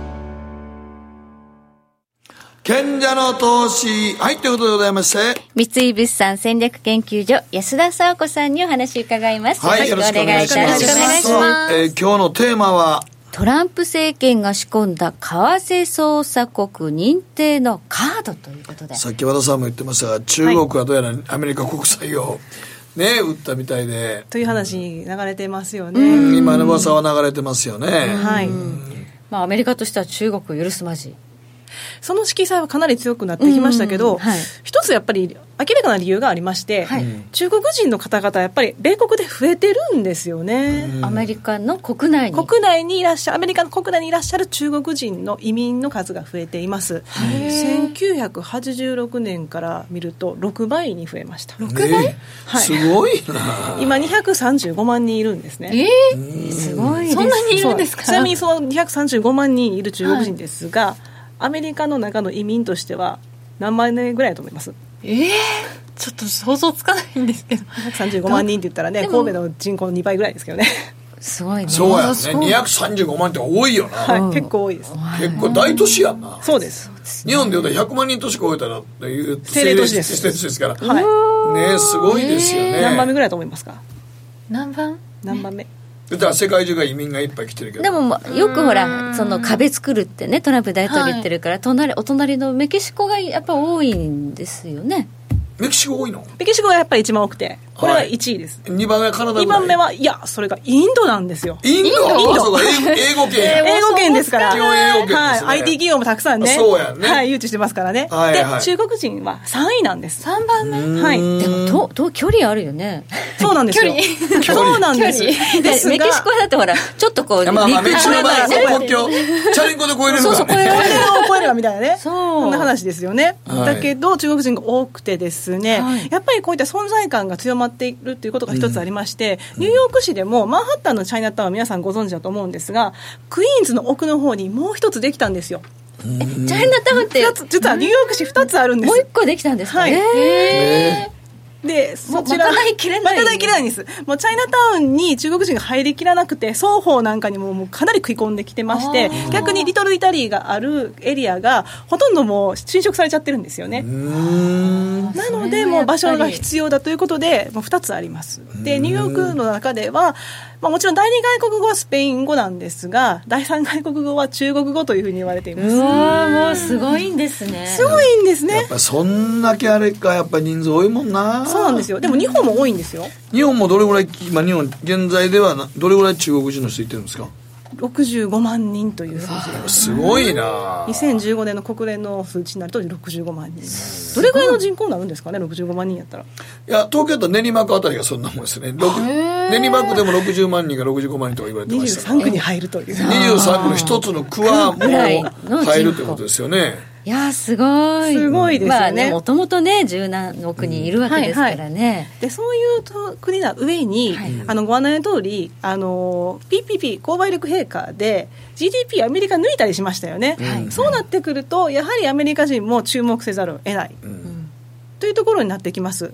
賢者の投資、はい、ということでございまして、 三井物産戦略研究所安田佐和子さんにお話伺います。 はい、よろしくお願いいたします。えー、今日のテーマはトランプ政権が仕込んだ為替操作国認定のカードということで、 さっき和田さんも言ってましたが、中国はどうやらアメリカ国債をね、売ったみたいでという話に流れてますよね。 今の噂は流れてますよね。 はい、まあ、アメリカとしては中国を許すまじ、 その色彩はかなり強くなってきましたけど、はい、一つやっぱり明らかな理由がありまして、はい、中国人の方々やっぱり米国で増えてるんですよね。 アメリカの国内に国内にいらっしゃるアメリカの国内にいらっしゃる中国人の移民の数が増えています。せんきゅうひゃくはちじゅうろくねんから見るとろくばいに増えました。 ろくばい、 はい、すごいな。 今にひゃくさんじゅうごまんにんいるんですね。 えー、すごいです。 そんなにいるんですか。 ちなみにそのにひゃくさんじゅうごまんにんいる中国人ですが、はい、アメリカの中の移民としては何万人ぐらいだと思います？ えー、ちょっと想像つかないんですけど、 にひゃくさんじゅうごまんにんって言ったらね、神戸の人口のにばいぐらいですけどね。 すごいね。 そうやね。にひゃくさんじゅうごまんって多いよな。 はい、結構多いです。 結構大都市やんな。 そうです。 日本でいうとひゃくまんにん都市超えたらという政令都市です。 政令都市ですから。はい。ね、すごいですよね。 何番目ぐらいだと思いますか？ 何番？ 何番目？ だから世界中が移民がいっぱい来てるけど、 でもよくほらその壁作るってね、トランプ大統領言ってるから、はい、隣お隣のメキシコがやっぱ多いんですよね。 メキシコ多いの？ メキシコがやっぱり一番多くて、これがいちいです。 はい、にばんめはカナダぐらい。 にばんめは、いや、それがインドなんですよ。 インド？インド？あ、そうか、英語圏。 英語圏ですから。 基本英語圏ですね。 はい。アイティー 企業もたくさんね。 そうやね。 はい、誘致してますからね。 はいはい、 で、中国人はさんいなんです。 さんばんめ。 はい。 でも、と、と、距離あるよね。 そうなんですよ。距離。そうなんです。 ですメキシコだってほら、ちょっとこう、 まあまあ、メキシコの場合、国境、チャリンコで越えれるからね。そうそう、 越えれる。越えれるみたいなね。 そう。 そんな話ですよね。だけど、中国人が多くてですね、やっぱりこういった存在感が強まっているということが一つありまして、ニューヨーク市でもマンハッタンのチャイナタウンは皆さんご存知だと思うんですが、クイーンズの奥の方にもう一つできたんですよ。 チャイナタウンって実はニューヨーク市ふたつあるんです。 もう一個できたんですか？ はい。 へー。 で、そちら。 まかないきれない。 まかないきれないんです。もうチャイナタウンに中国人が入りきらなくて、双方なんかにももうかなり食い込んできてまして、逆にリトルイタリーがあるエリアがほとんどもう侵食されちゃってるんですよね。なので、もう場所が必要だということで、もうふたつあります。で、ニューヨークの中では、まあ、もちろん第二外国語はスペイン語なんですが、第三外国語は中国語というふうに言われています。 うわもうすごいんですね。 すごいんですね。 やっぱそんだけあれか、やっぱ人数多いもんな。 そうなんですよ。でも日本も多いんですよ。 日本もどれぐらい、今日本現在ではどれぐらい中国人の人いてるんですか？ ろくじゅうごまんにんという数字です。 すごいな。 にせんじゅうごねんの国連の数値になるとろくじゅうごまんにん。どれぐらいの人口になるんですかね、ろくじゅうごまんにんやったら。いや、東京都練馬区あたりがそんなもんですね。練馬区でもろくじゅうまんにんがろくじゅうごまんにんとか言われてましたから。 にじゅうさん区に入るという。 にじゅうさん区の一つの区はもう入るってことですよね。 いやすごいすごいですよね。 もともとね十何億人いるわけですからね、うんはいはい、 でそういうと国な上に、はい、あのご案内の通りあの ピーピーピー 購買力陛下で ジーディーピー アメリカ抜いたりしましたよね、はい、そうなってくるとやはりアメリカ人も注目せざるを得ない、うん、というところになってきます、うん、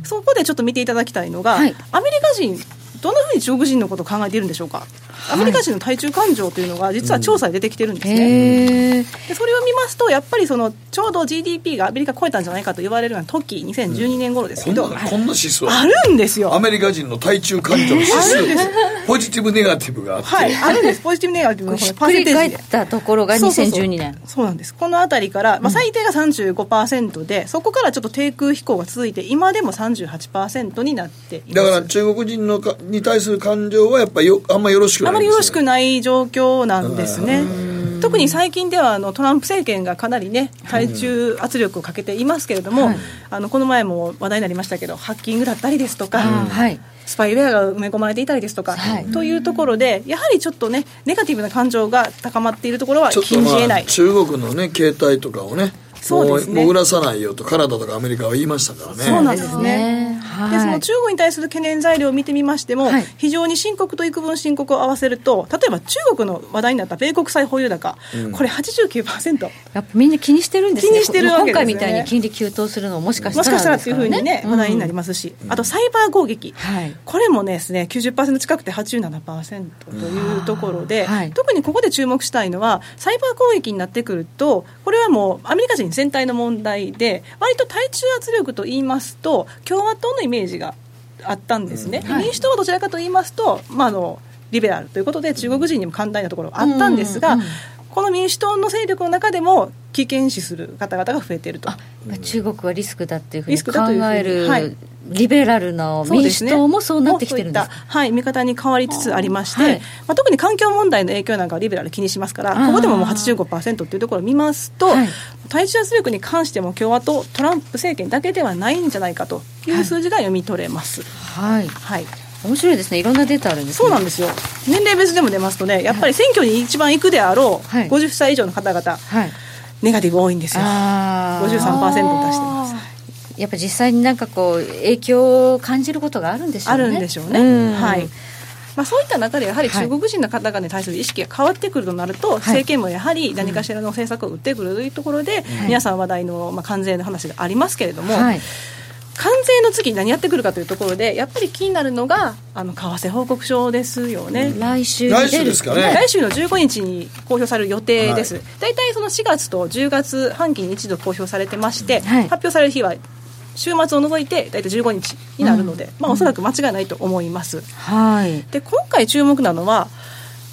そこでちょっと見ていただきたいのが、はい、アメリカ人どんなふうに中国人のことを考えているんでしょうか。アメリカ人の対中感情というのが実は調査で出てきてるんですね、うん、でそれを見ますとやっぱりそのちょうど ジーディーピー がアメリカ超えたんじゃないかと言われるような時にせんじゅうにねん頃ですけど、うん、 こんな、こんな指数あるんですよ。 アメリカ人の対中感情の指数あるんですポジティブネガティブがあって、 はい、あるんです。ポジティブネガティブのひっくり返ったところがにせんじゅうにねん。 そうそうそうそうなんです。このあたりから、まあ、最低が さんじゅうごパーセント で、うん、そこからちょっと低空飛行が続いて今でも さんじゅうはちパーセント になっています。 だから中国人のかに対する感情はやっぱりよあんまりよろしくないんですね。 あまりよろしくない状況なんですね。特に最近ではあのトランプ政権がかなりね対中圧力をかけていますけれども、はい、あのこの前も話題になりましたけどハッキングだったりですとか、うんはい、スパイウェアが埋め込まれていたりですとか、はい、というところでやはりちょっとねネガティブな感情が高まっているところは禁じ得ない、 まあ、中国のね携帯とかをねそうですね、もう潜らさないよとカナダとかアメリカは言いましたからね。 そうなんですね、はい、でその中国に対する懸念材料を見てみましても、はい、非常に深刻と幾分深刻を合わせると例えば中国の話題になった米国債保有高、うん、これ はちじゅうきゅうパーセントやっぱみんな気にしてるんですね。 気にしてるわけですね。 今回みたいに金利急騰するのもしかしたらもしかしたらというふうにね、話題になりますし、うん、あとサイバー攻撃、はい、これもですね きゅうじゅっパーセント 近くて はちじゅうななパーセント というところで、はい、特にここで注目したいのはサイバー攻撃になってくるとこれはもうアメリカ人全体の問題で割と対中圧力と言いますと共和党のイメージがあったんですね、うんはい、民主党はどちらかと言いますと、まあ、あのリベラルということで中国人にも寛大なところがあったんですが、うんうん、この民主党の勢力の中でも危険視する方々が増えていると。 あ、中国はリスクだっていうふうに考える、はい、リベラルの民主党もそうなってきてるんですか。 そういった、はい、見方に変わりつつありまして、はいまあ、特に環境問題の影響なんかはリベラル気にしますからここでももう はちじゅうごパーセント というところを見ますと、はい、対中圧力に関しても共和党トランプ政権だけではないんじゃないかという数字が読み取れます。 はい、はい面白いですね。いろんなデータあるんですね。 そうなんですよ。年齢別でも出ますとねやっぱり選挙に一番行くであろう、はい、ごじゅっさい以上の方々、はい、ネガティブ多いんですよ。ごじゅうさんパーセント 出してます。 やっぱ実際になんかこう影響を感じることがあるんでしょうね。 あるんでしょうね、うんはいまあ、そういった中でやはり中国人の方々に対する意識が変わってくるとなると、はい、政権もやはり何かしらの政策を打ってくるというところで、はい、皆さん話題の、まあ、関税の話がありますけれども、はい関税の次何やってくるかというところでやっぱり気になるのがあの為替報告書ですよね、 うん、来週来週ですかね。 来週のじゅうごにちに公表される予定です、はい、だいたいそのしがつとじゅうがつ半期に一度公表されてまして、はい、発表される日は週末を除いてだいたいじゅうごにちになるので、うんまあ、おそらく間違いないと思います、 はい、 で今回注目なのは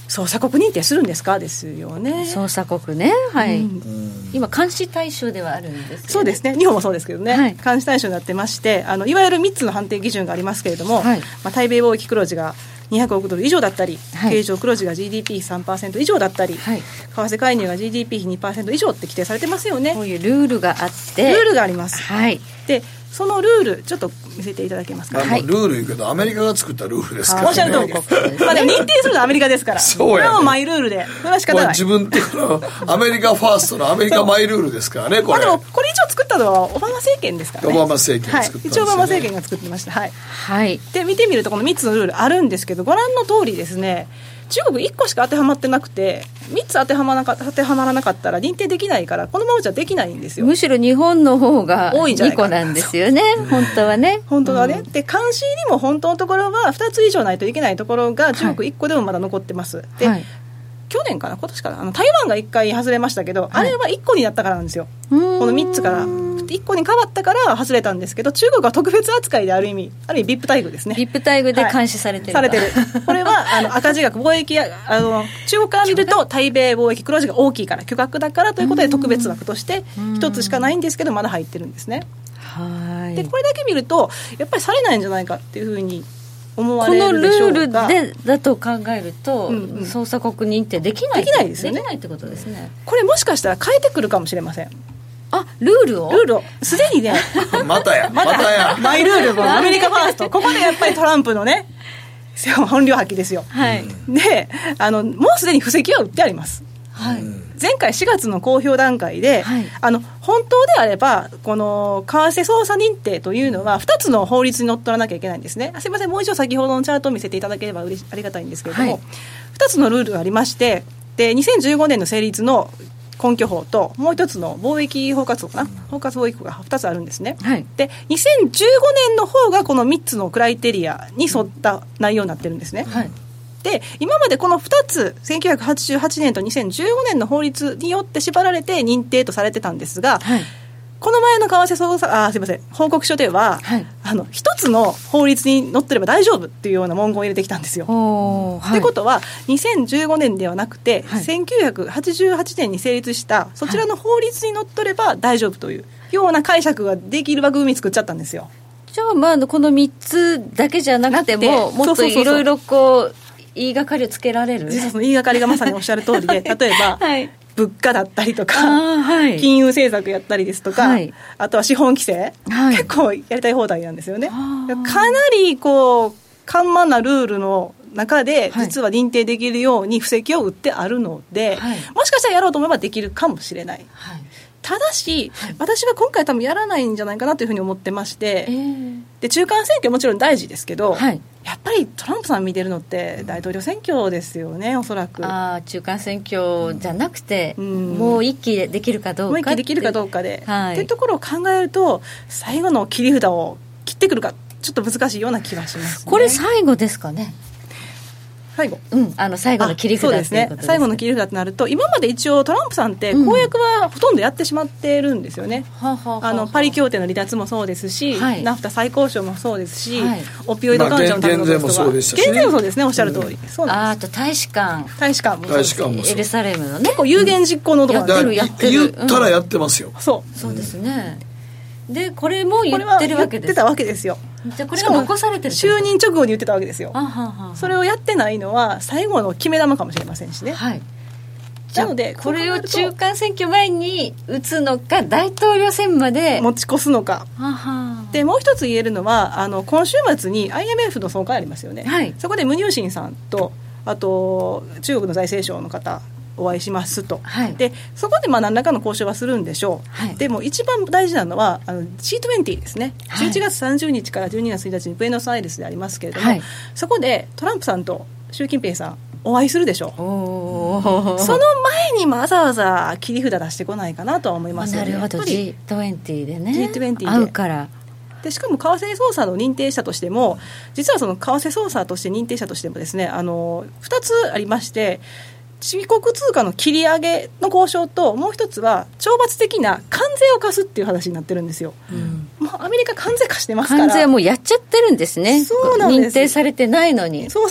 操作国認定するんですかですよね。 操作国ね、はい、うん、今監視対象ではあるんですけど、ね、そうですね、日本もそうですけどね、はい、監視対象になってまして、あのいわゆるみっつの判定基準がありますけれども、はい、まあ、対米貿易黒字がにひゃくおくドル以上だったり、はい、経常黒字が ジーディーピーさんパーセント 以上だったり、はい、為替介入が ジーディーピー比 にパーセント 以上って規定されてますよね。こういうルールがあってルールがあります、はい、でそのルールちょっと見せていただけますか。 はい、ルール言うけどアメリカが作ったルールですからね。おっしゃる通りです。 まあでも認定するのはアメリカですから。そうや、ね、これはもうマイルールで、それは仕方ない。 自分ってのアメリカファーストのアメリカマイルールですからね。これ、 まあ、でもこれ一応作ったのはオバマ政権ですからね。 オバマ政権が作ったんですよね。 はい、一応オバマ政権が作ってました。はい、はい、で見てみるとこのみっつのルールあるんですけど、ご覧の通りですね、中国いっこしか当てはまってなくて、みっつ当てはまらなかった、当てはまらなかったら認定できないから、このままじゃできないんですよ。むしろ日本の方が多いんじゃないか。にこなんですよね本当はね。本当はね、うん、で監視にも本当のところはふたつ以上ないといけないところが中国いっこでもまだ残ってます、はい、で、はい、去年かな今年かな、あの台湾がいっかい外れましたけど、はい、あれはいっこになったからなんですよ。このみっつからいっこに変わったから外れたんですけど、中国は特別扱いである意味ある意味 ブイアイピー 待遇ですね。 ブイアイピー 待遇で監視されてる、はい、されてるこれはあの赤字額貿易やあの中国から見ると対米貿易黒字が大きいから巨額だからということで特別枠としてひとつしかないんですけどまだ入ってるんですね。はい、でこれだけ見るとやっぱりされないんじゃないかっていうふうに思われるでしょうが、このルールでだと考えると、うんうん、操作国認定できないできないですよね。できないってことですね。これもしかしたら変えてくるかもしれません。あ、ルールをルールをすでにねまたやまたやマイルールもアメリカファーストここでやっぱりトランプのね本領発揮ですよ、はい、であのもうすでに布石は打ってあります、はい、前回しがつの公表段階で、はい、あの本当であればこの為替操作認定というのはふたつの法律にのっとらなきゃいけないんですね。すいません、もう一度先ほどのチャートを見せていただければうれしありがたいんですけれども、はい、ふたつのルールがありまして、でにせんじゅうごねんの成立の根拠法ともう一つの貿易包括法かな、包括貿易法がふたつあるんですね、はい、でにせんじゅうごねんの方がこのみっつのクライテリアに沿った内容になってるんですね、はい、で今までこのふたつせんきゅうひゃくはちじゅうはちねんとにせんじゅうごねんの法律によって縛られて認定とされてたんですが、はい、この前の為替操作あすいません報告書では、はい、あの一つの法律にのっとれば大丈夫っていうような文言を入れてきたんですよ。と、はい、いうことはにせんじゅうごねんではなくて、はい、せんきゅうひゃくはちじゅうはちねんに成立したそちらの法律にのっとれば大丈夫というような解釈ができる枠組み作っちゃったんですよ。じゃあ、まあ、このみっつだけじゃなくてももっといろいろこう言いがかりをつけられる。実はその言いがかりがまさにおっしゃる通りで例えば、はい、物価だったりとか、はい、金融政策やったりですとか、はい、あとは資本規制、はい、結構やりたい放題なんですよね。かなりこう緩慢なルールの中で実は認定できるように布石を打ってあるので、はい、もしかしたらやろうと思えばできるかもしれない、はい、ただし、はい、私は今回多分やらないんじゃないかなというふうに思ってまして、えー、で中間選挙もちろん大事ですけど、はい、やっぱりトランプさん見てるのって大統領選挙ですよね。おそらくあ中間選挙じゃなくて、うん、もう一期できるかどうかもう一期できるかどうかで、はい、っていうところを考えると最後の切り札を切ってくるかちょっと難しいような気がします、ね、これ最後ですかね。最後、うん、あの最後の切り札ということですね。そうですね、最後の切り札となると今まで一応トランプさんって公約はほとんどやってしまってるんですよね、うん、あのパリ協定の離脱もそうですし、はい、ナフタ再交渉もそうですし、はい、オピオイド患者のためのこととか、まあ、減税もそうでしたし、減税もそうですね、おっしゃる通り、うん、そうなんです。あと大使館大使館も大使館もエルサレムのね結構有言実行のところやってるやってる言ったらやってますよ、うん、そうそうですね。でこれも言ってるわけです。言ってたわけですよ。じゃあこれが残されてる就任直後に言ってたわけですよ。あははそれをやってないのは最後の決め球かもしれませんしね、はい、なのでこれを中間選挙前に打つのか大統領選まで持ち越すのか。ははでもう一つ言えるのはあの今週末に アイエムエフ の総会ありますよね、はい、そこでムニューシンさんとあと中国の財政省の方お会いしますと、はい、でそこでまあ何らかの交渉はするんでしょう、はい、でも一番大事なのはあの ジートゥエンティー ですね、はい、じゅういちがつさんじゅうにちからじゅうにがつついたちにブエノスアイレスでありますけれども、はい、そこでトランプさんと習近平さんお会いするでしょう。おその前にわざわざ切り札出してこないかなとは思いますよね。なるほど ジートゥエンティー でね ジートゥエンティー で会うからでしかも為替操作の認定者としても実はその為替操作として認定者としてもですねあのふたつありまして自国通貨の切り上げの交渉ともう一つは懲罰的な関税を課すっていう話になってるんですよ、うん、もうアメリカ関税課してますから関税はもうやっちゃってるんですね。そうなんです。認定されてないのにそうそう認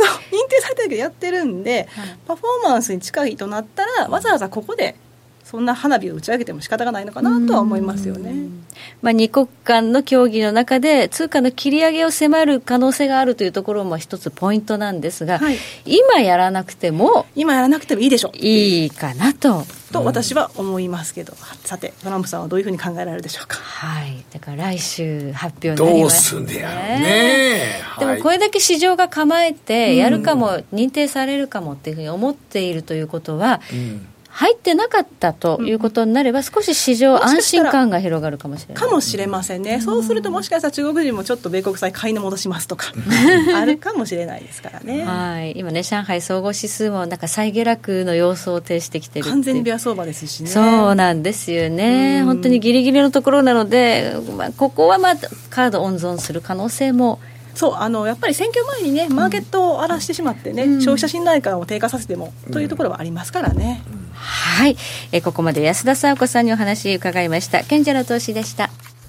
定されてるけどやってるんで、はい、パフォーマンスに近いとなったらわざわざここでそんな花火を打ち上げても仕方がないのかなとは思いますよね。 まあ、二国間の協議の中で通貨の切り上げを迫る可能性があるというところも一つポイントなんですが、はい、今やらなくても今やらなくてもいいでしょういいかなとと私は思いますけど、さてトランプさんはどういうふうに考えられるでしょうか。 はい、だから来週発表になりますね。 どうすんでやろうね、 でもこれだけ市場が構えてやるかも、うん、認定されるかもっていうふうに思っているということは、うん、入ってなかったということになれば、うん、少し市場安心感が広がるかもしれないかもしれませんね、うん、そうするともしかしたら中国人もちょっと米国債買いの戻しますとかあるかもしれないですからね。 はい、今ね上海総合指数もなんか再下落の様相を呈してきてるって完全にベア相場ですしね。 そうなんですよね、うん、本当にギリギリのところなので、まあ、ここはまあカード温存する可能性もそうあのやっぱり選挙前にねマーケットを荒らしてしまってね、うん、消費者信頼感を低下させても、うん、というところはありますからね、うん、 はい、えここまで安田佐和子さんにお話伺いました。賢者の投資でした。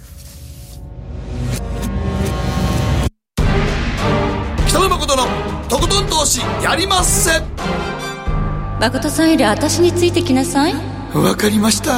北野誠のとことん投資やりまっせ。 誠さんより私についてきなさい。 わかりました。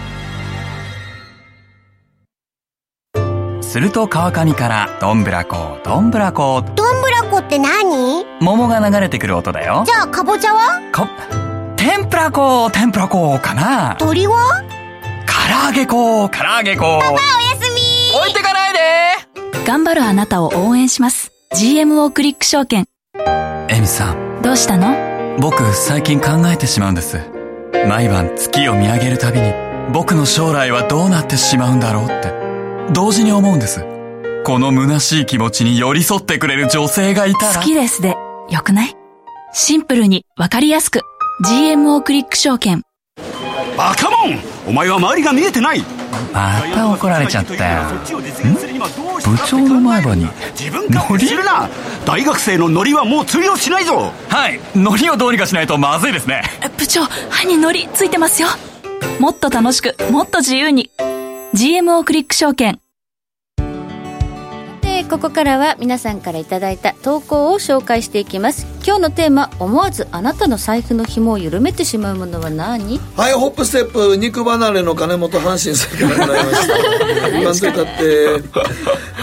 すると川上からどんぶらこどんぶらこ。 どんぶらこって何？ 桃が流れてくる音だよ。 じゃあかぼちゃは？ か天ぷらこ天ぷらこかな。 鳥は？ 唐揚げこ唐揚げこ。 パパおやすみ。 置いてかないで。 頑張るあなたを応援します。 ジーエムオー クリック証券。 エミさん、 どうしたの？ 僕最近考えてしまうんです。毎晩月を見上げるたびに僕の将来はどうなってしまうんだろうって同時に思うんです。この虚しい気持ちに寄り添ってくれる女性がいたら。 好きですでよくない？シンプルにわかりやすく ジーエムオー クリック証券。 バカモン、お前は周りが見えてない。 また怒られちゃったよ。ん？部長の前歯に自分勝手するな。大学生のノリはもう通用しないぞ。 はい、ノリをどうにかしないとまずいですね。 部長、歯にノリついてますよ。もっと楽しくもっと自由に ジーエムオー クリック証券。 でここからは皆さんからいただいた投稿を紹介していきます。今日のテーマ、思わずあなたの財布の紐を緩めてしまうものは何？ はい、ホップステップ肉離れの金本阪神さんからもらいました言わんといたって、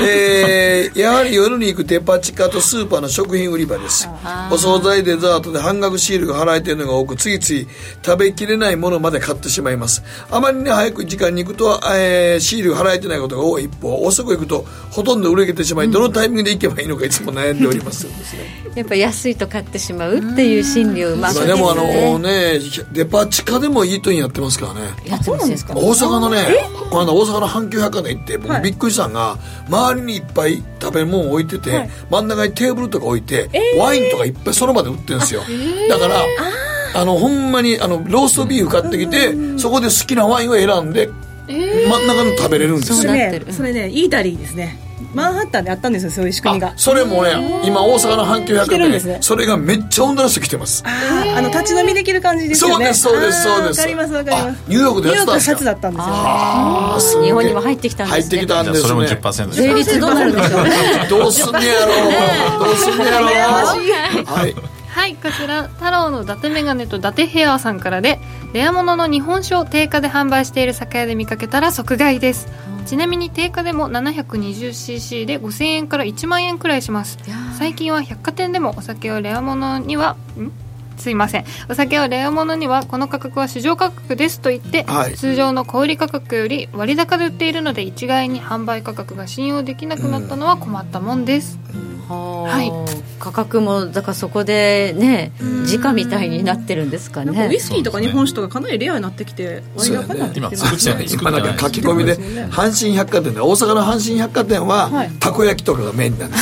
えー、やはり夜に行くデパ地下とスーパーの食品売り場です。お惣菜デザートで半額シールが貼られているのが多く、ついつい食べきれないものまで買ってしまいます。あまりね早く時間に行くと、えー、シールが貼られてないことが多い一方、遅く行くとほとんど売れ切れてしまい、どのタイミングで行けばいいのかいつも悩んでおりますですねやっぱ安いと買ってしまうっていう心理をうまく、 でもあのね、デパ地下でもイートインやってますからね。 やってますですか？ 大阪のね、この間大阪の阪急百貨店行って僕びっくりしたのが、はい、周りにいっぱい食べ物置いてて、はい、真ん中にテーブルとか置いて、えー、ワインとかいっぱいその場で売ってるんですよ。だからあのほんまにあのローストビーフ買ってきて、うん、そこで好きなワインを選んで、えー、真ん中に食べれるんですよ。 それね、それねイータリーですね。マンハッタンであったんですよ、そういう仕組みが。 それもね、今大阪の阪急百貨店で、ね、それがめっちゃ女の人来てます。 ああの立ち飲みできる感じですよね。 そうですそうですそうです。 わかりますわかります。 ニューヨークでやってたんですか？ ニューヨークシャツだったんですよね。 ああ、日本にも入ってきたんですね。 入ってきたんですね。 それも じゅっパーセント です。 税率どうなるんでしょうねどうすんねやろうどうすんねやろうはいはい、こちら太郎の伊達メガネと伊達ヘアさんからで、レア物の日本酒を定価で販売している酒屋で見かけたら即買いです。ちなみに定価でも ななひゃくにじゅうシーシー でごせんえんからいちまんえんくらいします。最近は百貨店でもお酒をレア物にはんすいませんお酒をレア物にはこの価格は市場価格ですと言って、はい、通常の小売価格より割高で売っているので一概に販売価格が信用できなくなったのは困ったもんです、うん、はい、 価格もだからそこでね時価みたいになってるんですかね。 なんかウイスキーとか日本酒とかかなりレアになってきて割高になってきてますね。 今なんか書き込みで阪神百貨店で大阪の阪神百貨店は、はい、たこ焼きとかがメインなんです。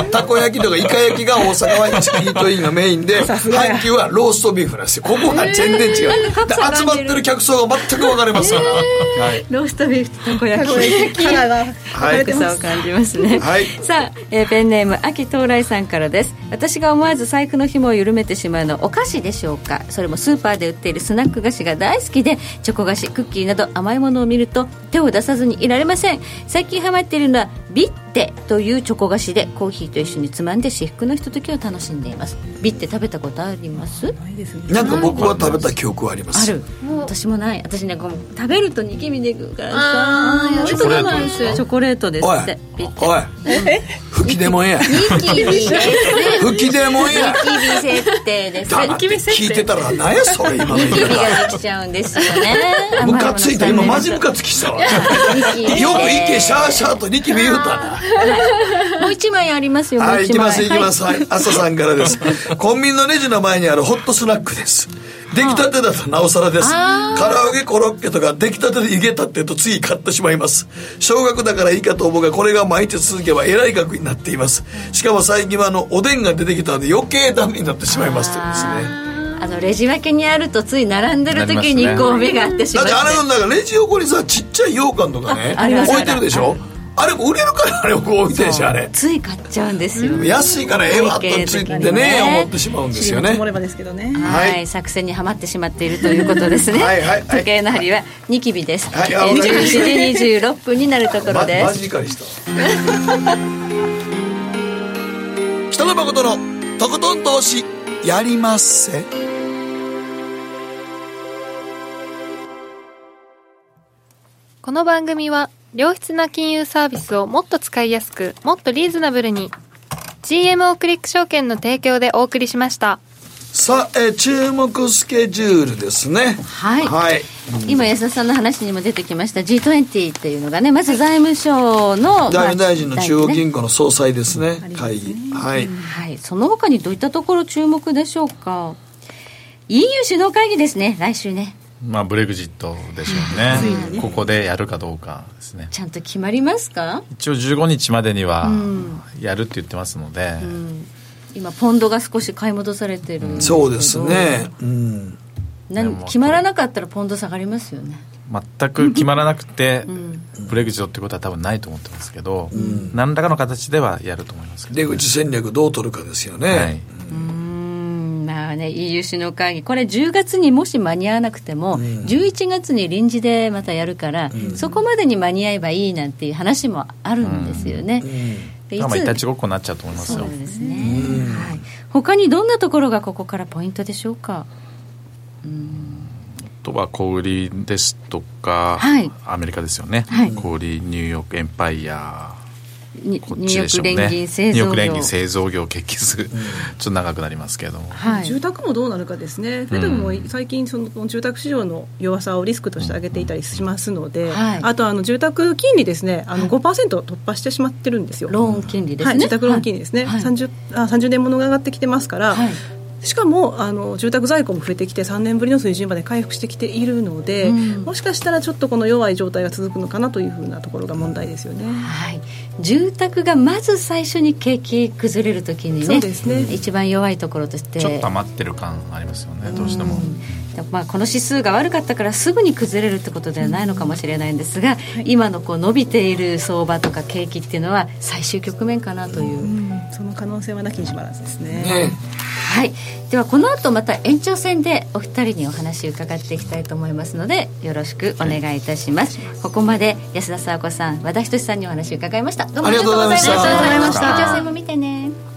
たこ焼きとかイカ焼きが大阪はイートインがメインで阪急はローストビーフなんですよ。ここが全然違う、えー、で集まってる客層が全く分かれますから、 えーはい、ローストビーフとたこ焼きカラーが分かれさを感じますね、はい、さあ、えー、ペンネーム秋到来さんからです。私が思わず財布の紐を緩めてしまうのはお菓子でしょうか。それもスーパーで売っているスナック菓子が大好きで、チョコ菓子クッキーなど甘いものを見ると手を出さずにいられません。最近ハマっているのはビッテというチョコ菓子でコーヒーと一緒につまんで至福のひとときを楽しんでいます。ビッテ食べたことあります？ ないですね。 なんか僕は食べた記憶はあります。 ある。私もない。私ね、こう食べるとニキビでくるからさ、 あチョコレートです。チョコレートですって。 おいおい、吹き出もんや。 ニキビです。 吹き出もんや。 ニキビ設定です。 だって聞いてたら何やそれ今の。 ニキビができちゃうんですよね。 ムカついた、今マジムカつきしたわ。よくいけシャーシャーとニキビ言うたな。 もう一枚ありますよ。 はい、行きます行きます。はい、朝さんからです。コンビニのレジの前にあるホットスナックです。出来たてだとなおさらです。唐揚げコロッケとか出来たてでいけたってと次買ってしまいます。少額だからいいかと思うが、これが毎日続けばえらい額になっています。しかも最近はあのおでんが出てきたので余計ダメになってしまいますとですね。 あのレジ分けにあるとつい並んでる時にこう目が合ってしまって、 だってあれのなんかレジ横にさちっちゃい羊羹とかね置いてるでしょ。あれも売れるからあれを置いてるし、あれつい買っちゃうんですよ、 うん、安いからええわとついてね、ね思ってしまうんですよね。 積もればですけどね、 はい、はい、作戦にはまってしまっているということですね。はい、はい、時計の針はニキビです、はい、じゅういちじにじゅうろっぷんになるところです。 ま、マジかりした北野誠のとことん投資やりまっせ。 この番組は良質な金融サービスをもっと使いやすく、もっとリーズナブルに ジーエムオー クリック証券の提供でお送りしました。 さあ、えー、注目スケジュールですね。 はい、はい、今安田さんの話にも出てきました ジートゥエンティー っていうのがね、まず財務省の財務大臣の中央銀行の総裁ですね、まあ、会議、はい、 はい、その他にどういったところ注目でしょうか。 イーユー 首脳会議ですね、来週ね。 まあ、ブレグジットでしょうね、ね、ここでやるかどうかですね。 ちゃんと決まりますか。 一応じゅうごにちまでにはやるって言ってますので、うん、 今ポンドが少し買い戻されてる、うん、 そうですね、うん、 なん決まらなかったらポンド下がりますよね。 全く決まらなくて、うん、ブレグジットってことは多分ないと思ってますけど、うん、何らかの形ではやると思いますけど、 出口戦略どう取るかですよね、はい、 うんまあね、イーユー 首脳会議これじゅうがつにもし間に合わなくても、うん、じゅういちがつに臨時でまたやるから、うん、そこまでに間に合えばいいなんていう話もあるんですよね、うんでいつまあいたちごっこになっちゃうと思いますよ。 そうですね、うんはい、他にどんなところがここからポイントでしょうか。 うんあとは小売りですとか、 はい、 アメリカですよね、 はい、 小売りニューヨークエンパイアニューヨーク連銀製造業、 ニューヨーク連銀製造業決起数、うん、ちょっと長くなりますけれども、 はい、住宅もどうなるかですね。フェドも最近その住宅市場の弱さをリスクとして挙げていたりしますので、うんはい、あとあの住宅金利ですね、あの ごパーセント 突破してしまってるんですよ。 ローン金利ですね、 はい、住宅ローン金利ですね、はい、30, あさんじゅうねんものが上がってきてますから、はい、しかもあの住宅在庫も増えてきてさんねんぶりの水準まで回復してきているので、うん、もしかしたらちょっとこの弱い状態が続くのかなというふうなところが問題ですよね、 はい、住宅がまず最初に景気崩れるときに ね, そうですね一番弱いところとしてちょっと余ってる感ありますよね、どうしても、うんまあ、この指数が悪かったからすぐに崩れるってことではないのかもしれないんですが、うん、今のこう伸びている相場とか景気っていうのは最終局面かなという、うん、 その可能性はなきにしもあらずですね、 ねはい、ではこの後また延長戦でお二人にお話を伺っていきたいと思いますのでよろしくお願いいたします、はい、ここまで安田佐和子さん、和田仁さんにお話を伺いました。どうもありがとうございました。延長戦も見てね。